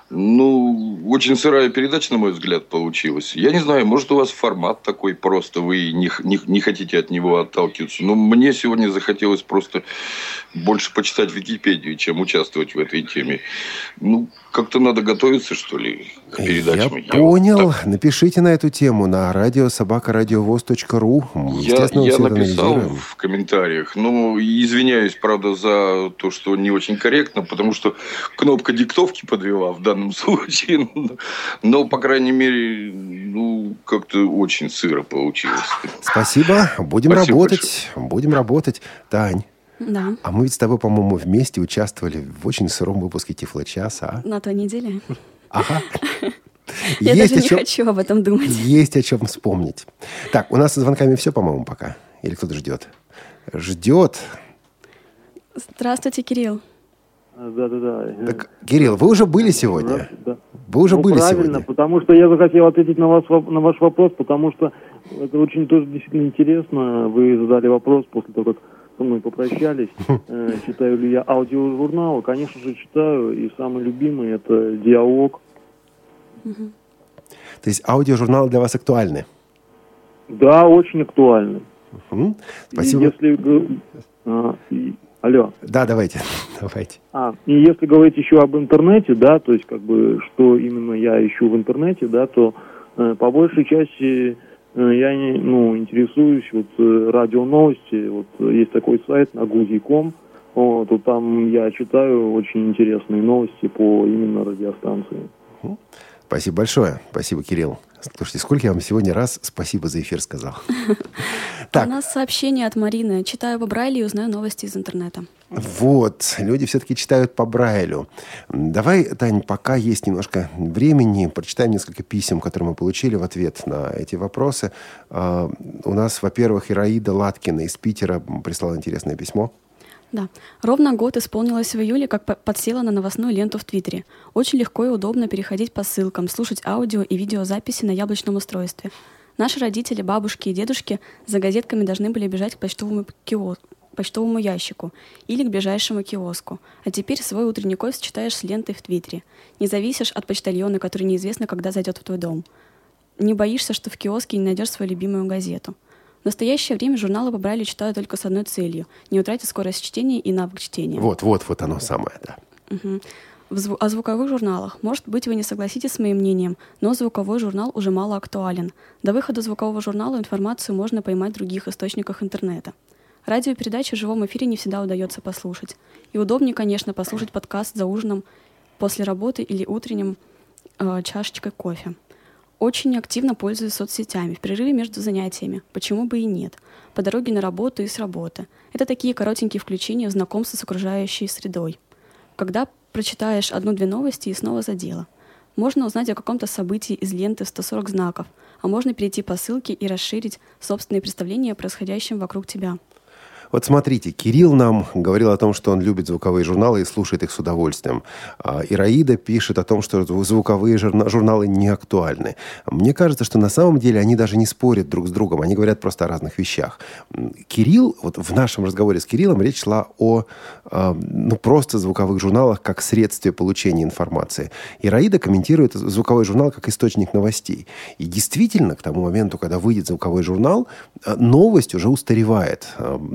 Очень сырая передача, на мой взгляд, получилась. Я не знаю, может, у вас формат такой просто, вы не хотите от него отталкиваться. Но мне сегодня захотелось просто больше почитать Википедию, чем участвовать в этой теме. Как-то надо готовиться, что ли, к передачам. Я понял. Напишите на эту тему на радиособака.радиовоз.ру. Я написал в комментариях. Извиняюсь, правда, за то, что не очень корректно, потому что кнопка диктовки подвела в данном случае. Но, по крайней мере, как-то очень сыро получилось. Спасибо. Будем работать. Будем работать. Тань. Да. А мы ведь с тобой, по-моему, вместе участвовали в очень сыром выпуске Тифлочаса. На той неделе. Ага. Я даже не хочу об этом думать. Есть о чем вспомнить. Так, у нас со звонками все, по-моему, пока. Или кто-то ждет? Ждет. Здравствуйте, Кирилл. Да. Так, Кирилл, вы уже были сегодня? Да. Вы уже были правильно, сегодня? Потому что я захотел ответить на ваш вопрос, потому что это очень тоже действительно интересно. Вы задали вопрос после того, как со мной попрощались. Читаю ли я аудиожурналы? Конечно же, читаю. И самый любимый – это «Диалог». То есть аудиожурналы для вас актуальны? Да, очень актуальны. Спасибо. Алло. Да, давайте. И если говорить еще об интернете, да, то есть как бы, что именно я ищу в интернете, да, то по большей части я интересуюсь радио новости. Вот есть такой сайт Naguzi.com, вот там я читаю очень интересные новости по именно радиостанции. Спасибо большое. Спасибо, Кирилл. Слушайте, сколько я вам сегодня раз спасибо за эфир сказал. У нас сообщение от Марины. Читаю по Брайлю и узнаю новости из интернета. Вот, люди все-таки читают по Брайлю. Давай, Тань, пока есть немножко времени, прочитаем несколько писем, которые мы получили в ответ на эти вопросы. У нас, во-первых, Ираида Латкина из Питера прислала интересное письмо. Да. Ровно год исполнилось в июле, как подсела на новостную ленту в Твиттере. Очень легко и удобно переходить по ссылкам, слушать аудио и видеозаписи на яблочном устройстве. Наши родители, бабушки и дедушки за газетками должны были бежать к почтовому ящику или к ближайшему киоску. А теперь свой утренний кофе читаешь с лентой в Твиттере. Не зависишь от почтальона, который неизвестно, когда зайдет в твой дом. Не боишься, что в киоске не найдешь свою любимую газету. В настоящее время журналы по Брайлю читаю только с одной целью – не утратить скорость чтения и навык чтения. Вот оно самое, да. Угу. О звуковых журналах. Может быть, вы не согласитесь с моим мнением, но звуковой журнал уже мало актуален. До выхода звукового журнала информацию можно поймать в других источниках интернета. Радиопередачи в живом эфире не всегда удается послушать. И удобнее, конечно, послушать подкаст за ужином после работы или утренним чашечкой кофе. Очень активно пользуюсь соцсетями в перерыве между занятиями. Почему бы и нет? По дороге на работу и с работы. Это такие коротенькие включения в знакомство с окружающей средой. Когда прочитаешь 1-2 новости и снова за дело. Можно узнать о каком-то событии из ленты в 140 знаков, а можно перейти по ссылке и расширить собственные представления о происходящем вокруг тебя. Вот смотрите, Кирилл нам говорил о том, что он любит звуковые журналы и слушает их с удовольствием. Ираида пишет о том, что звуковые журналы не актуальны. Мне кажется, что на самом деле они даже не спорят друг с другом, они говорят просто о разных вещах. Кирилл, вот в нашем разговоре с Кириллом речь шла о просто звуковых журналах как средстве получения информации. Ираида комментирует звуковой журнал как источник новостей. И действительно, к тому моменту, когда выйдет звуковой журнал, новость уже устаревает.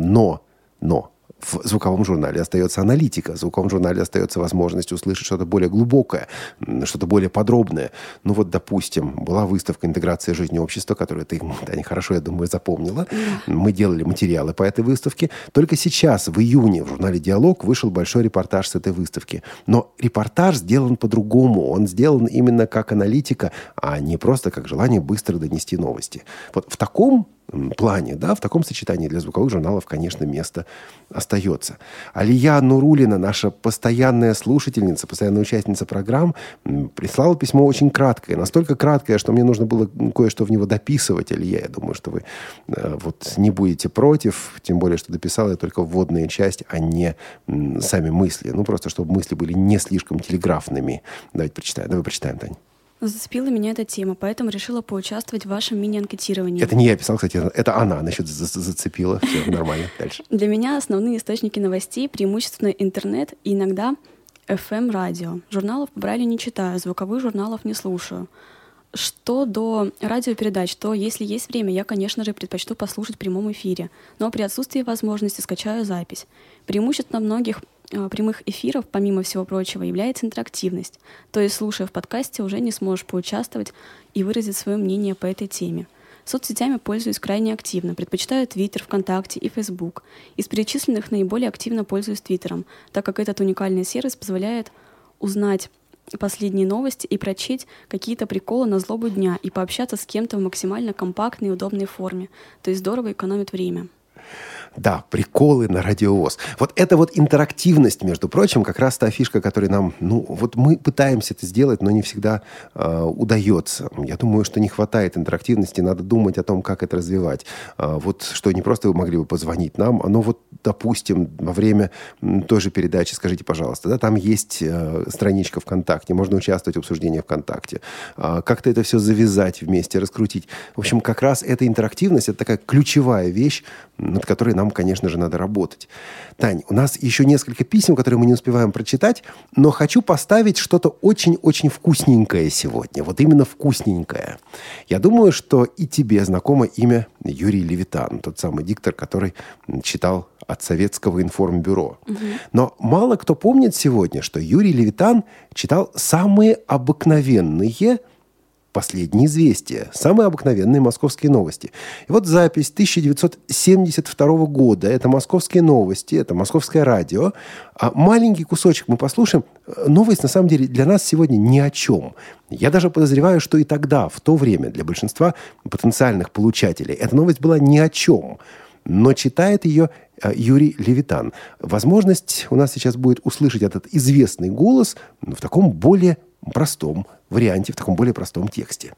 Но в звуковом журнале остается аналитика, в звуковом журнале остается возможность услышать что-то более глубокое, что-то более подробное. Ну вот, допустим, была выставка «Интеграция жизни общества», которую ты, Таня, хорошо, я думаю, запомнила. Мы делали материалы по этой выставке. Только сейчас, в июне, в журнале «Диалог» вышел большой репортаж с этой выставки. Но репортаж сделан по-другому. Он сделан именно как аналитика, а не просто как желание быстро донести новости. Вот в таком плане, да, в таком сочетании для звуковых журналов, конечно, место остается. Алия Нурулина, наша постоянная слушательница, постоянная участница программ, прислала письмо очень краткое. Настолько краткое, что мне нужно было кое-что в него дописывать. Алия, я думаю, что вы вот не будете против, тем более, что дописала я только вводная часть, а не сами мысли. Ну, просто, чтобы мысли были не слишком телеграфными. Давайте прочитаем. Давай прочитаем, Тань. Зацепила меня эта тема, поэтому решила поучаствовать в вашем мини-анкетировании. Это не я писал, кстати, это она, значит, зацепила. Все нормально. Дальше. Для меня основные источники новостей преимущественно интернет и иногда FM-радио. Журналов по Брайлю не читаю, звуковых журналов не слушаю. Что до радиопередач, то если есть время, я, конечно же, предпочту послушать в прямом эфире, но при отсутствии возможности скачаю запись. Преимущественно многих прямых эфиров, помимо всего прочего, является интерактивность. То есть, слушая в подкасте, уже не сможешь поучаствовать и выразить свое мнение по этой теме. Соцсетями пользуюсь крайне активно. Предпочитаю Twitter, ВКонтакте и Facebook. Из перечисленных наиболее активно пользуюсь Твиттером, так как этот уникальный сервис позволяет узнать последние новости и прочесть какие-то приколы на злобу дня и пообщаться с кем-то в максимально компактной и удобной форме. То есть здорово экономит время. Да, приколы на Радио ВОС. Вот эта вот интерактивность, между прочим, как раз та фишка, которой нам, вот мы пытаемся это сделать, но не всегда удается. Я думаю, что не хватает интерактивности, надо думать о том, как это развивать. Вот что не просто вы могли бы позвонить нам, но вот, допустим, во время той же передачи, скажите, пожалуйста, да, там есть страничка ВКонтакте, можно участвовать в обсуждении ВКонтакте. Как-то это все завязать вместе, раскрутить. В общем, как раз эта интерактивность, это такая ключевая вещь над которой нам, конечно же, надо работать. Тань, у нас еще несколько писем, которые мы не успеваем прочитать, но хочу поставить что-то очень-очень вкусненькое сегодня. Вот именно вкусненькое. Я думаю, что и тебе знакомо имя Юрий Левитан, тот самый диктор, который читал от Советского информбюро. Но мало кто помнит сегодня, что Юрий Левитан читал самые обыкновенные последние известия, самые обыкновенные московские новости. И вот запись 1972 года. Это московские новости, это московское радио. А маленький кусочек мы послушаем. Новость, на самом деле, для нас сегодня ни о чем. Я даже подозреваю, что и тогда, в то время, для большинства потенциальных получателей, эта новость была ни о чем. Но читает ее Юрий Левитан. Возможность у нас сейчас будет услышать этот известный голос в таком более простом варианте, в таком более простом тексте.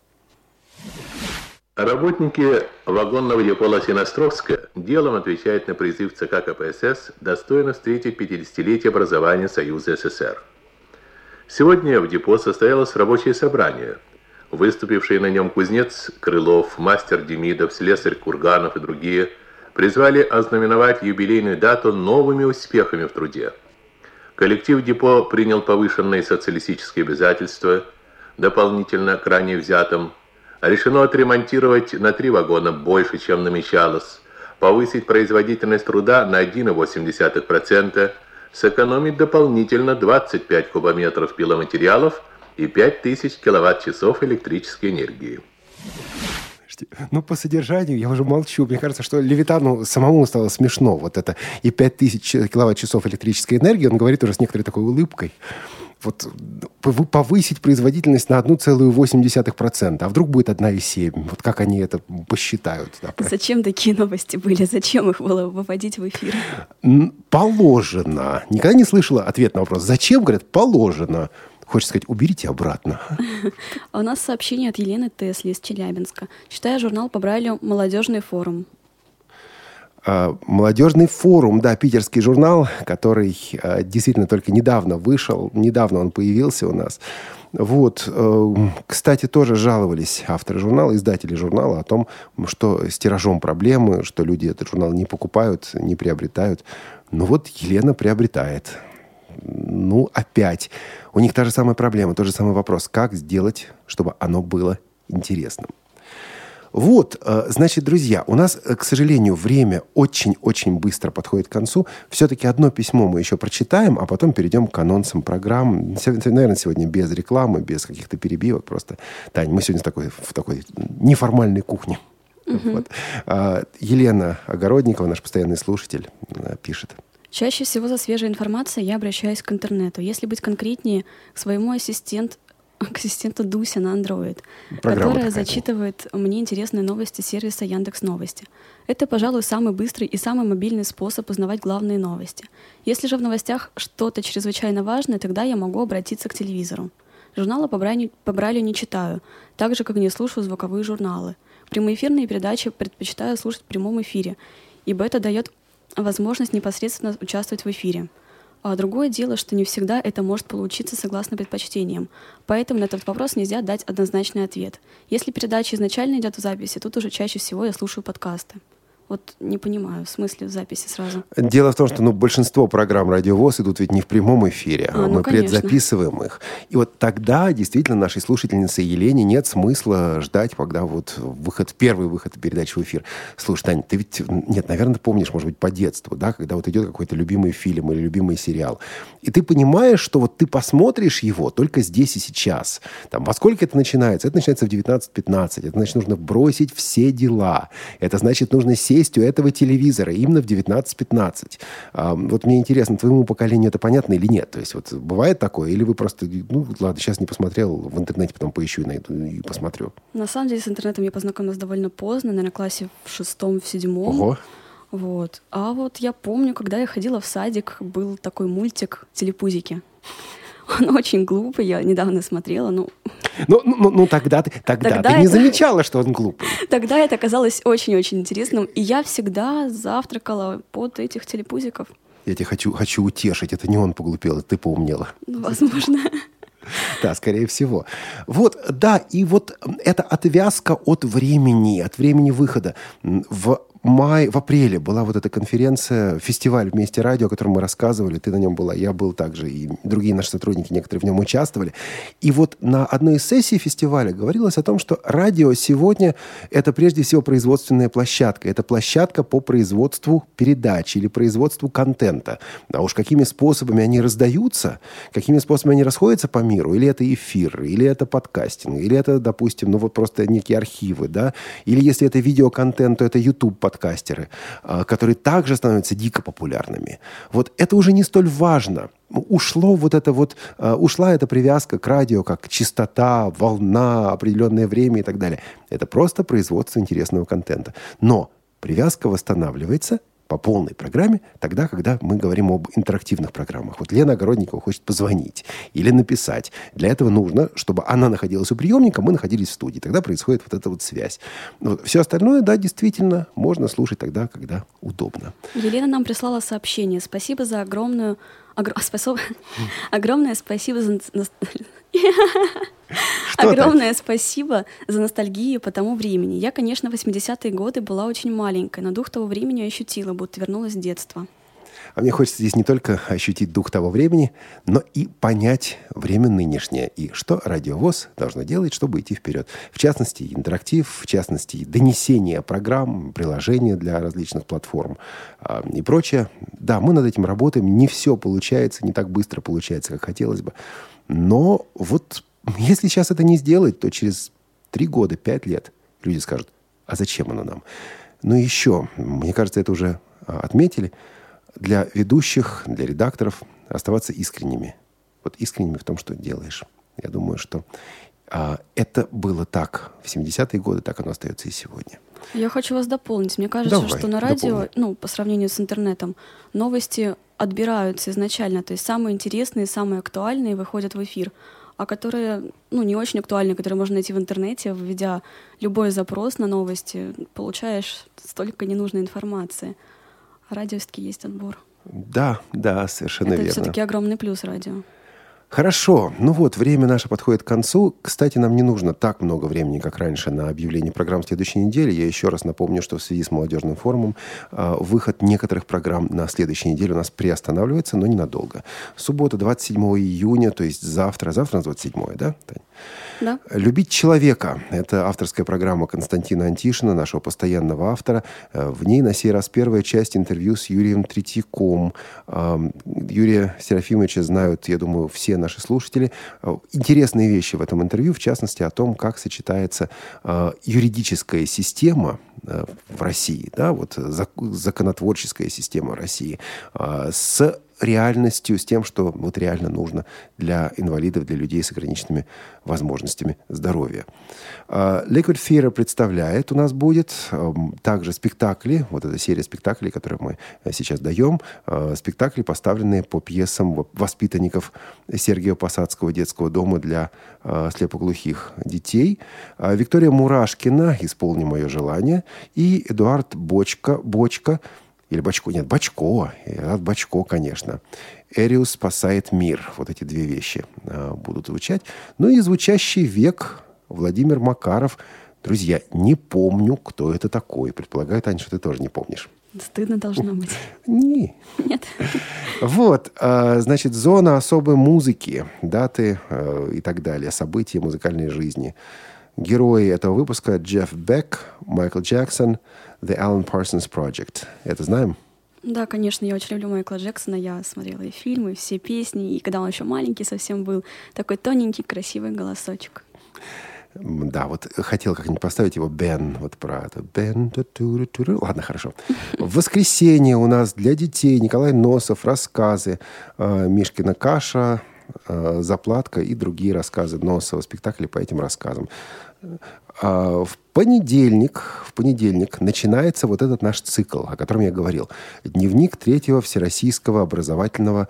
Работники вагонного депо Лосиноостровска делом отвечают на призыв ЦК КПСС достойно встретить 50-летие образования Союза СССР. Сегодня в депо состоялось рабочее собрание. Выступившие на нем кузнец Крылов, мастер Демидов, слесарь Курганов и другие призвали ознаменовать юбилейную дату новыми успехами в труде. Коллектив депо принял повышенные социалистические обязательства, дополнительно к ранее взятым. Решено отремонтировать на 3 вагона больше, чем намечалось, повысить производительность труда на 1,8%, сэкономить дополнительно 25 кубометров пиломатериалов и 5000 киловатт-часов электрической энергии. Ну, по содержанию я уже молчу. Мне кажется, что Левитану самому стало смешно. Вот это и 5000 киловатт-часов электрической энергии. Он говорит уже с некоторой такой улыбкой. Вот повысить производительность на 1,8%. А вдруг будет 1,7%? Вот как они это посчитают? Да, зачем такие новости были? Зачем их было выводить в эфир? Положено. Никогда не слышала ответ на вопрос. Зачем? Говорят, положено. Хочется сказать, уберите обратно. А у нас сообщение от Елены Тесли из Челябинска. Читаю журнал по Брайлю «Молодежный форум». «Молодежный форум», да, питерский журнал, который действительно только недавно вышел, недавно он появился у нас. Вот, кстати, тоже жаловались авторы журнала, издатели журнала о том, что с тиражом проблемы, что люди этот журнал не покупают, не приобретают. Ну вот Елена приобретает. Ну, опять. У них та же самая проблема, тот же самый вопрос. Как сделать, чтобы оно было интересным? Вот, значит, друзья, у нас, к сожалению, время очень-очень быстро подходит к концу. Все-таки одно письмо мы еще прочитаем, а потом перейдем к анонсам программ. Наверное, сегодня без рекламы, без каких-то перебивок. Просто, Тань, мы сегодня в такой неформальной кухне. Вот. Елена Огородникова, наш постоянный слушатель, пишет. Чаще всего за свежей информацией я обращаюсь к интернету. Если быть конкретнее, к своему ассистенту Дуся на Android, которая зачитывает мне интересные новости сервиса Яндекс.Новости. Это, пожалуй, самый быстрый и самый мобильный способ узнавать главные новости. Если же в новостях что-то чрезвычайно важное, тогда я могу обратиться к телевизору. Журналы по Брайлю не читаю, так же, как не слушаю звуковые журналы. Прямоэфирные передачи предпочитаю слушать в прямом эфире, ибо это дает возможность непосредственно участвовать в эфире. А другое дело, что не всегда это может получиться согласно предпочтениям. Поэтому на этот вопрос нельзя дать однозначный ответ. Если передача изначально идет в записи, тут уже чаще всего я слушаю подкасты. Вот не понимаю, в смысле в записи сразу. Дело в том, что большинство программ «Радио ВОС» идут ведь не в прямом эфире, мы предзаписываем их. И вот тогда действительно нашей слушательнице Елене нет смысла ждать, когда вот первый выход передачи в эфир. Слушай, Таня, ты ведь, наверное, ты помнишь, может быть, по детству, да, когда вот идет какой-то любимый фильм или любимый сериал. И ты понимаешь, что вот ты посмотришь его только здесь и сейчас. Там, во сколько это начинается? Это начинается в 19:15. Это значит, нужно бросить все дела. Это значит, нужно сесть у этого телевизора именно в 19:15. Вот мне интересно, твоему поколению это понятно или нет? То есть вот бывает такое? Или вы просто, ладно, сейчас не посмотрел, в интернете потом поищу и найду и посмотрю? На самом деле с интернетом я познакомилась довольно поздно, наверное, в классе в 6-м, в 7-м. Ого. Вот. А вот я помню, когда я ходила в садик, был такой мультик «Телепузики». Он очень глупый, я недавно смотрела, тогда ты не замечала, что он глупый. Тогда это казалось очень-очень интересным, и я всегда завтракала под этих телепузиков. Я тебя хочу утешить, это не он поглупел, это ты поумнела. Возможно. Да, скорее всего. Вот, да, и вот эта отвязка от времени выхода. В в апреле была вот эта конференция, фестиваль «Вместе радио», о котором мы рассказывали. Ты на нем была, я был также, и другие наши сотрудники, некоторые в нем участвовали. И вот на одной из сессий фестиваля говорилось о том, что радио сегодня – это прежде всего производственная площадка. Это площадка по производству передач или производству контента. А уж какими способами они раздаются, какими способами они расходятся по миру, или это эфир, или это подкастинг, или это, допустим, ну вот просто некие архивы, да, или если это видеоконтент, то это YouTube-подкастеры, которые также становятся дико популярными. Вот это уже не столь важно. Ушла эта привязка к радио, как частота, волна, определенное время и так далее. Это просто производство интересного контента. Но привязка восстанавливается по полной программе тогда, когда мы говорим об интерактивных программах. Вот Лена Огородникова хочет позвонить или написать. Для этого нужно, чтобы она находилась у приемника, мы находились в студии. Тогда происходит вот эта вот связь. Все остальное, да, действительно, можно слушать тогда, когда удобно. Елена нам прислала сообщение. Спасибо за огромное спасибо за... Огромное спасибо за ностальгию по тому времени. Я, конечно, в 80-е годы была очень маленькой, но дух того времени ощутила, будто вернулась в детство. А мне хочется здесь не только ощутить дух того времени, но и понять время нынешнее. И что Радио ВОС должно делать, чтобы идти вперед. В частности, интерактив, в частности, донесение программ, приложения для различных платформ и прочее. Да, мы над этим работаем. Не все получается, не так быстро получается, как хотелось бы. Но вот если сейчас это не сделать, то через 3 года, 5 лет люди скажут, а зачем оно нам? Ну и еще, мне кажется, это уже отметили, для ведущих, для редакторов оставаться искренними. Вот искренними в том, что делаешь. Я думаю, что это было так в 70-е годы, так оно остается и сегодня. Я хочу вас дополнить. Мне кажется, что на радио, по сравнению с интернетом, новости отбираются изначально. То есть самые интересные, самые актуальные выходят в эфир. А которые, не очень актуальные, которые можно найти в интернете, введя любой запрос на новости, получаешь столько ненужной информации. А радио все-таки есть отбор. Да, совершенно верно. Это все-таки огромный плюс радио. Хорошо. Время наше подходит к концу. Кстати, нам не нужно так много времени, как раньше, на объявление программ следующей недели. Я еще раз напомню, что в связи с молодежным форумом выход некоторых программ на следующей неделе у нас приостанавливается, но ненадолго. Суббота, 27 июня, то есть завтра. Завтра у нас 27, да, Тань? Да. «Любить человека» — это авторская программа Константина Антишина, нашего постоянного автора. В ней на сей раз первая часть интервью с Юрием Третьяком. Юрия Серафимовича знают, я думаю, все наши слушатели. Интересные вещи в этом интервью, в частности, о том, как сочетается юридическая система в России, законотворческая система в России с реальностью, с тем, что вот реально нужно для инвалидов, для людей с ограниченными возможностями здоровья. Liquid Theatre представляет, у нас будет также спектакли, вот эта серия спектаклей, которые мы сейчас даем, спектакли, поставленные по пьесам воспитанников Сергия Посадского детского дома для слепоглухих детей. Виктория Мурашкина «Исполни мое желание» и Эдуард Бочко, конечно. «Эриус спасает мир». Вот эти 2 вещи будут звучать. Ну и «Звучащий век» Владимир Макаров. Друзья, не помню, кто это такой. Предполагаю, Таня, что ты тоже не помнишь. Стыдно должно быть. Нет. Вот, значит, зона особой музыки, даты и так далее, события музыкальной жизни. Герои этого выпуска: Джефф Бек, Майкл Джексон, The Alan Parsons Project. Это знаем? Да, конечно, я очень люблю Майкла Джексона. Я смотрела и фильмы, и все песни. И когда он еще маленький совсем был, такой тоненький, красивый голосочек. Да, вот хотел как-нибудь поставить его Бен, вот про это. Бен, ладно, хорошо. В воскресенье у нас для детей Николай Носов, рассказы, Мишкина каша, заплатка и другие рассказы Носова, спектакли по этим рассказам. В понедельник начинается вот этот наш цикл, о котором я говорил. Дневник 3-го Всероссийского образовательного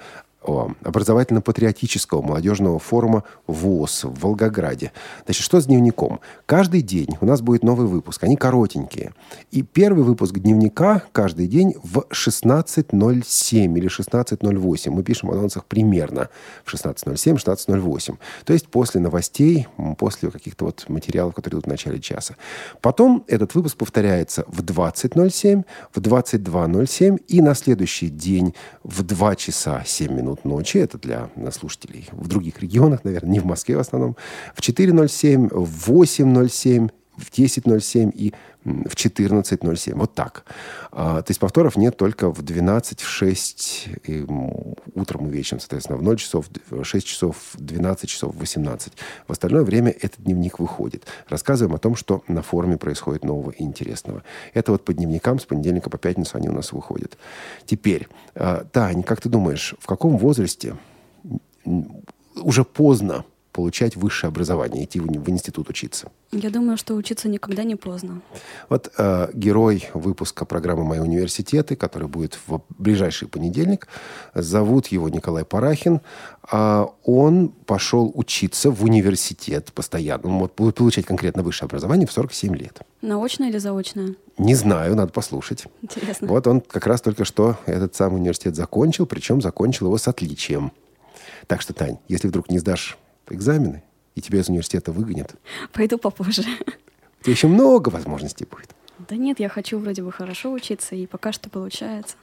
образовательно-патриотического молодежного форума ВОС в Волгограде. Значит, что с дневником? Каждый день у нас будет новый выпуск. Они коротенькие. И первый выпуск дневника каждый день в 16:07 или 16:08. Мы пишем в анонсах примерно в 16:07, 16:08. То есть после новостей, после каких-то вот материалов, которые идут в начале часа. Потом этот выпуск повторяется в 20:07, в 22:07 и на следующий день в 2 часа 7 минут ночи, это для слушателей в других регионах, наверное, не в Москве в основном, в 4:07, в 8:07, в 10:07 и в 14:07. Вот так. То есть повторов нет только в 12, в 6 утром и вечером, соответственно, в 0 часов, в 6 часов, в 12 часов, в 18. В остальное время этот дневник выходит. Рассказываем о том, что на форуме происходит нового и интересного. Это вот по дневникам с понедельника по пятницу они у нас выходят. Теперь, Тань, как ты думаешь, в каком возрасте уже поздно получать высшее образование, идти в институт учиться? Я думаю, что учиться никогда не поздно. Вот герой выпуска программы «Мои университеты», который будет в ближайший понедельник, зовут его Николай Парахин. Он пошел учиться в университет постоянно. Он будет получать конкретно высшее образование в 47 лет. Наочное или заочное? Не знаю, надо послушать. Интересно. Вот он как раз только что этот самый университет закончил, причем закончил его с отличием. Так что, Тань, если вдруг не сдашь экзамены, и тебя из университета выгонят, пойду попозже. У тебя еще много возможностей будет. Да нет, я хочу вроде бы хорошо учиться, и пока что получается.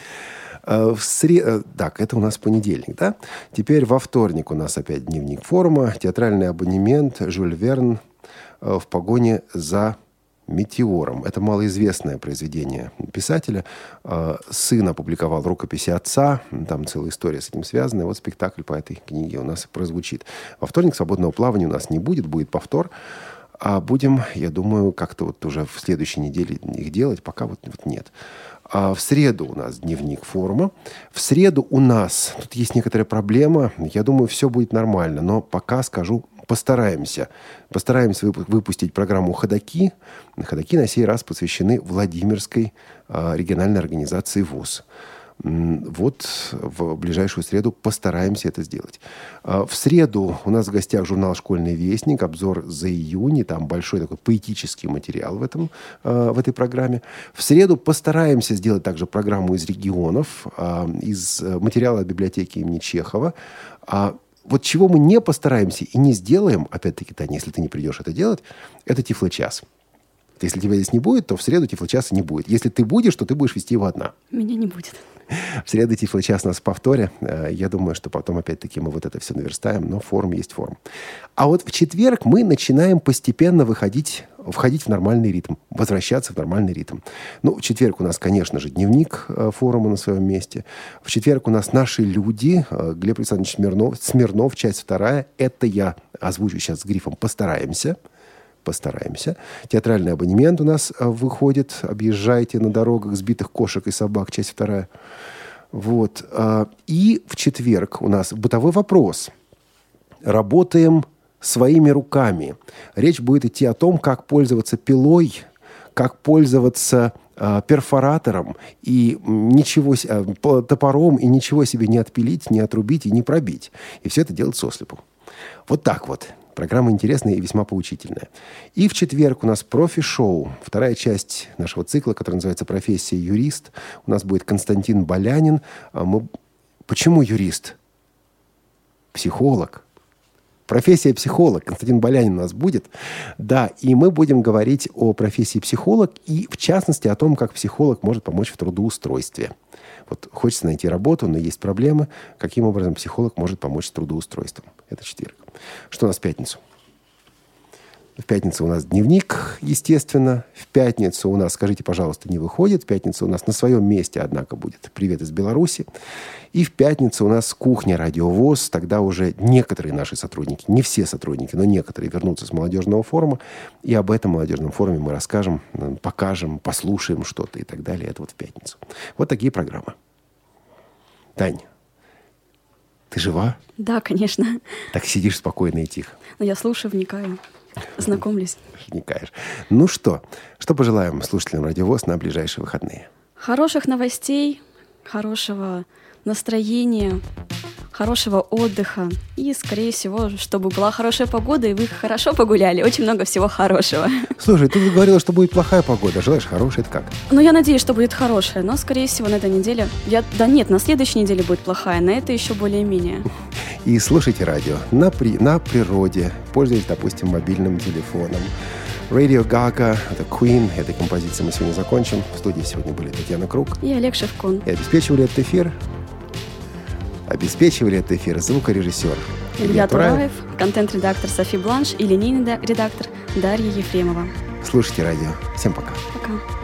Так, это у нас понедельник, да? Теперь во вторник у нас опять дневник форума. Театральный абонемент Жюль Верн в погоне за метеором. Это малоизвестное произведение писателя. Сын опубликовал рукописи отца. Там целая история с этим связана. Вот спектакль по этой книге у нас прозвучит. Во вторник свободного плавания у нас не будет. Будет повтор. А будем, я думаю, как-то вот уже в следующей неделе их делать. Пока вот нет. А в среду у нас дневник форума. В среду у нас... Тут есть некоторая проблема. Я думаю, все будет нормально. Но пока скажу... Постараемся выпустить программу «Ходоки». «Ходоки» на сей раз посвящены Владимирской региональной организации ВОС. Вот в ближайшую среду постараемся это сделать. В среду у нас в гостях журнал «Школьный вестник», обзор за июнь. Там большой такой поэтический материал в этой программе. В среду постараемся сделать также программу из регионов, из материала от библиотеки имени Чехова. Вот чего мы не постараемся и не сделаем, опять-таки, Таня, если ты не придешь это делать, это Тифлочас. Если тебя здесь не будет, то в среду Тифлочаса не будет. Если ты будешь, то ты будешь вести его одна. Меня не будет. В среду Тифлочас у нас в повторе. Я думаю, что потом опять-таки мы вот это все наверстаем, но форум есть форум. А вот в четверг мы начинаем постепенно входить в нормальный ритм, возвращаться в нормальный ритм. Ну, в четверг у нас, конечно же, дневник форума на своем месте. В четверг у нас наши люди. Глеб Александрович Смирнов, часть 2. Это я озвучу сейчас с грифом «Постараемся». Театральный абонемент у нас выходит. Объезжайте на дорогах сбитых кошек и собак, часть 2. Вот. И в четверг у нас бытовой вопрос. Работаем своими руками. Речь будет идти о том, как пользоваться пилой, как пользоваться перфоратором и топором, и ничего себе не отпилить, не отрубить и не пробить. И все это делать сослепу. Вот так вот. Программа интересная и весьма поучительная. И в четверг у нас профи-шоу. 2 часть нашего цикла, который называется «Профессия юрист». У нас будет Константин Болянин. Почему юрист? Психолог. Профессия психолог. Константин Болянин у нас будет. Да, и мы будем говорить о профессии психолог и, в частности, о том, как психолог может помочь в трудоустройстве. Вот хочется найти работу, но есть проблемы. Каким образом психолог может помочь с трудоустройством? Это четверг. Что у нас в пятницу? В пятницу у нас дневник, естественно. В пятницу у нас, скажите, пожалуйста, не выходит. В пятницу у нас на своем месте, однако, будет «Привет из Беларуси». И в пятницу у нас кухня «Радио ВОС». Тогда уже некоторые наши сотрудники, не все сотрудники, но некоторые вернутся с молодежного форума. И об этом молодежном форуме мы расскажем, покажем, послушаем что-то и так далее. Это вот в пятницу. Вот такие программы. Тань, ты жива? Да, конечно. Так сидишь спокойно и тихо. Но я слушаю, вникаю, знакомлюсь. Вникаешь. Ну что пожелаем слушателям Радио ВОС на ближайшие выходные? Хороших новостей, хорошего настроения, хорошего отдыха и, скорее всего, чтобы была хорошая погода, и вы хорошо погуляли. Очень много всего хорошего. Слушай, ты говорила, что будет плохая погода. Желаешь хорошей, это как? Ну, я надеюсь, что будет хорошая, но, скорее всего, на этой неделе... на следующей неделе будет плохая, на этой еще более-менее. И слушайте радио на природе, пользуясь, допустим, мобильным телефоном. Radio Gaga, это Queen. Этой композицией мы сегодня закончим. В студии сегодня были Татьяна Круг и Олег Шевкун. И обеспечивали этот эфир звукорежиссер Илья Тураев, контент-редактор Софи Бланш и линейный редактор Дарья Ефремова. Слушайте радио. Всем пока. Пока.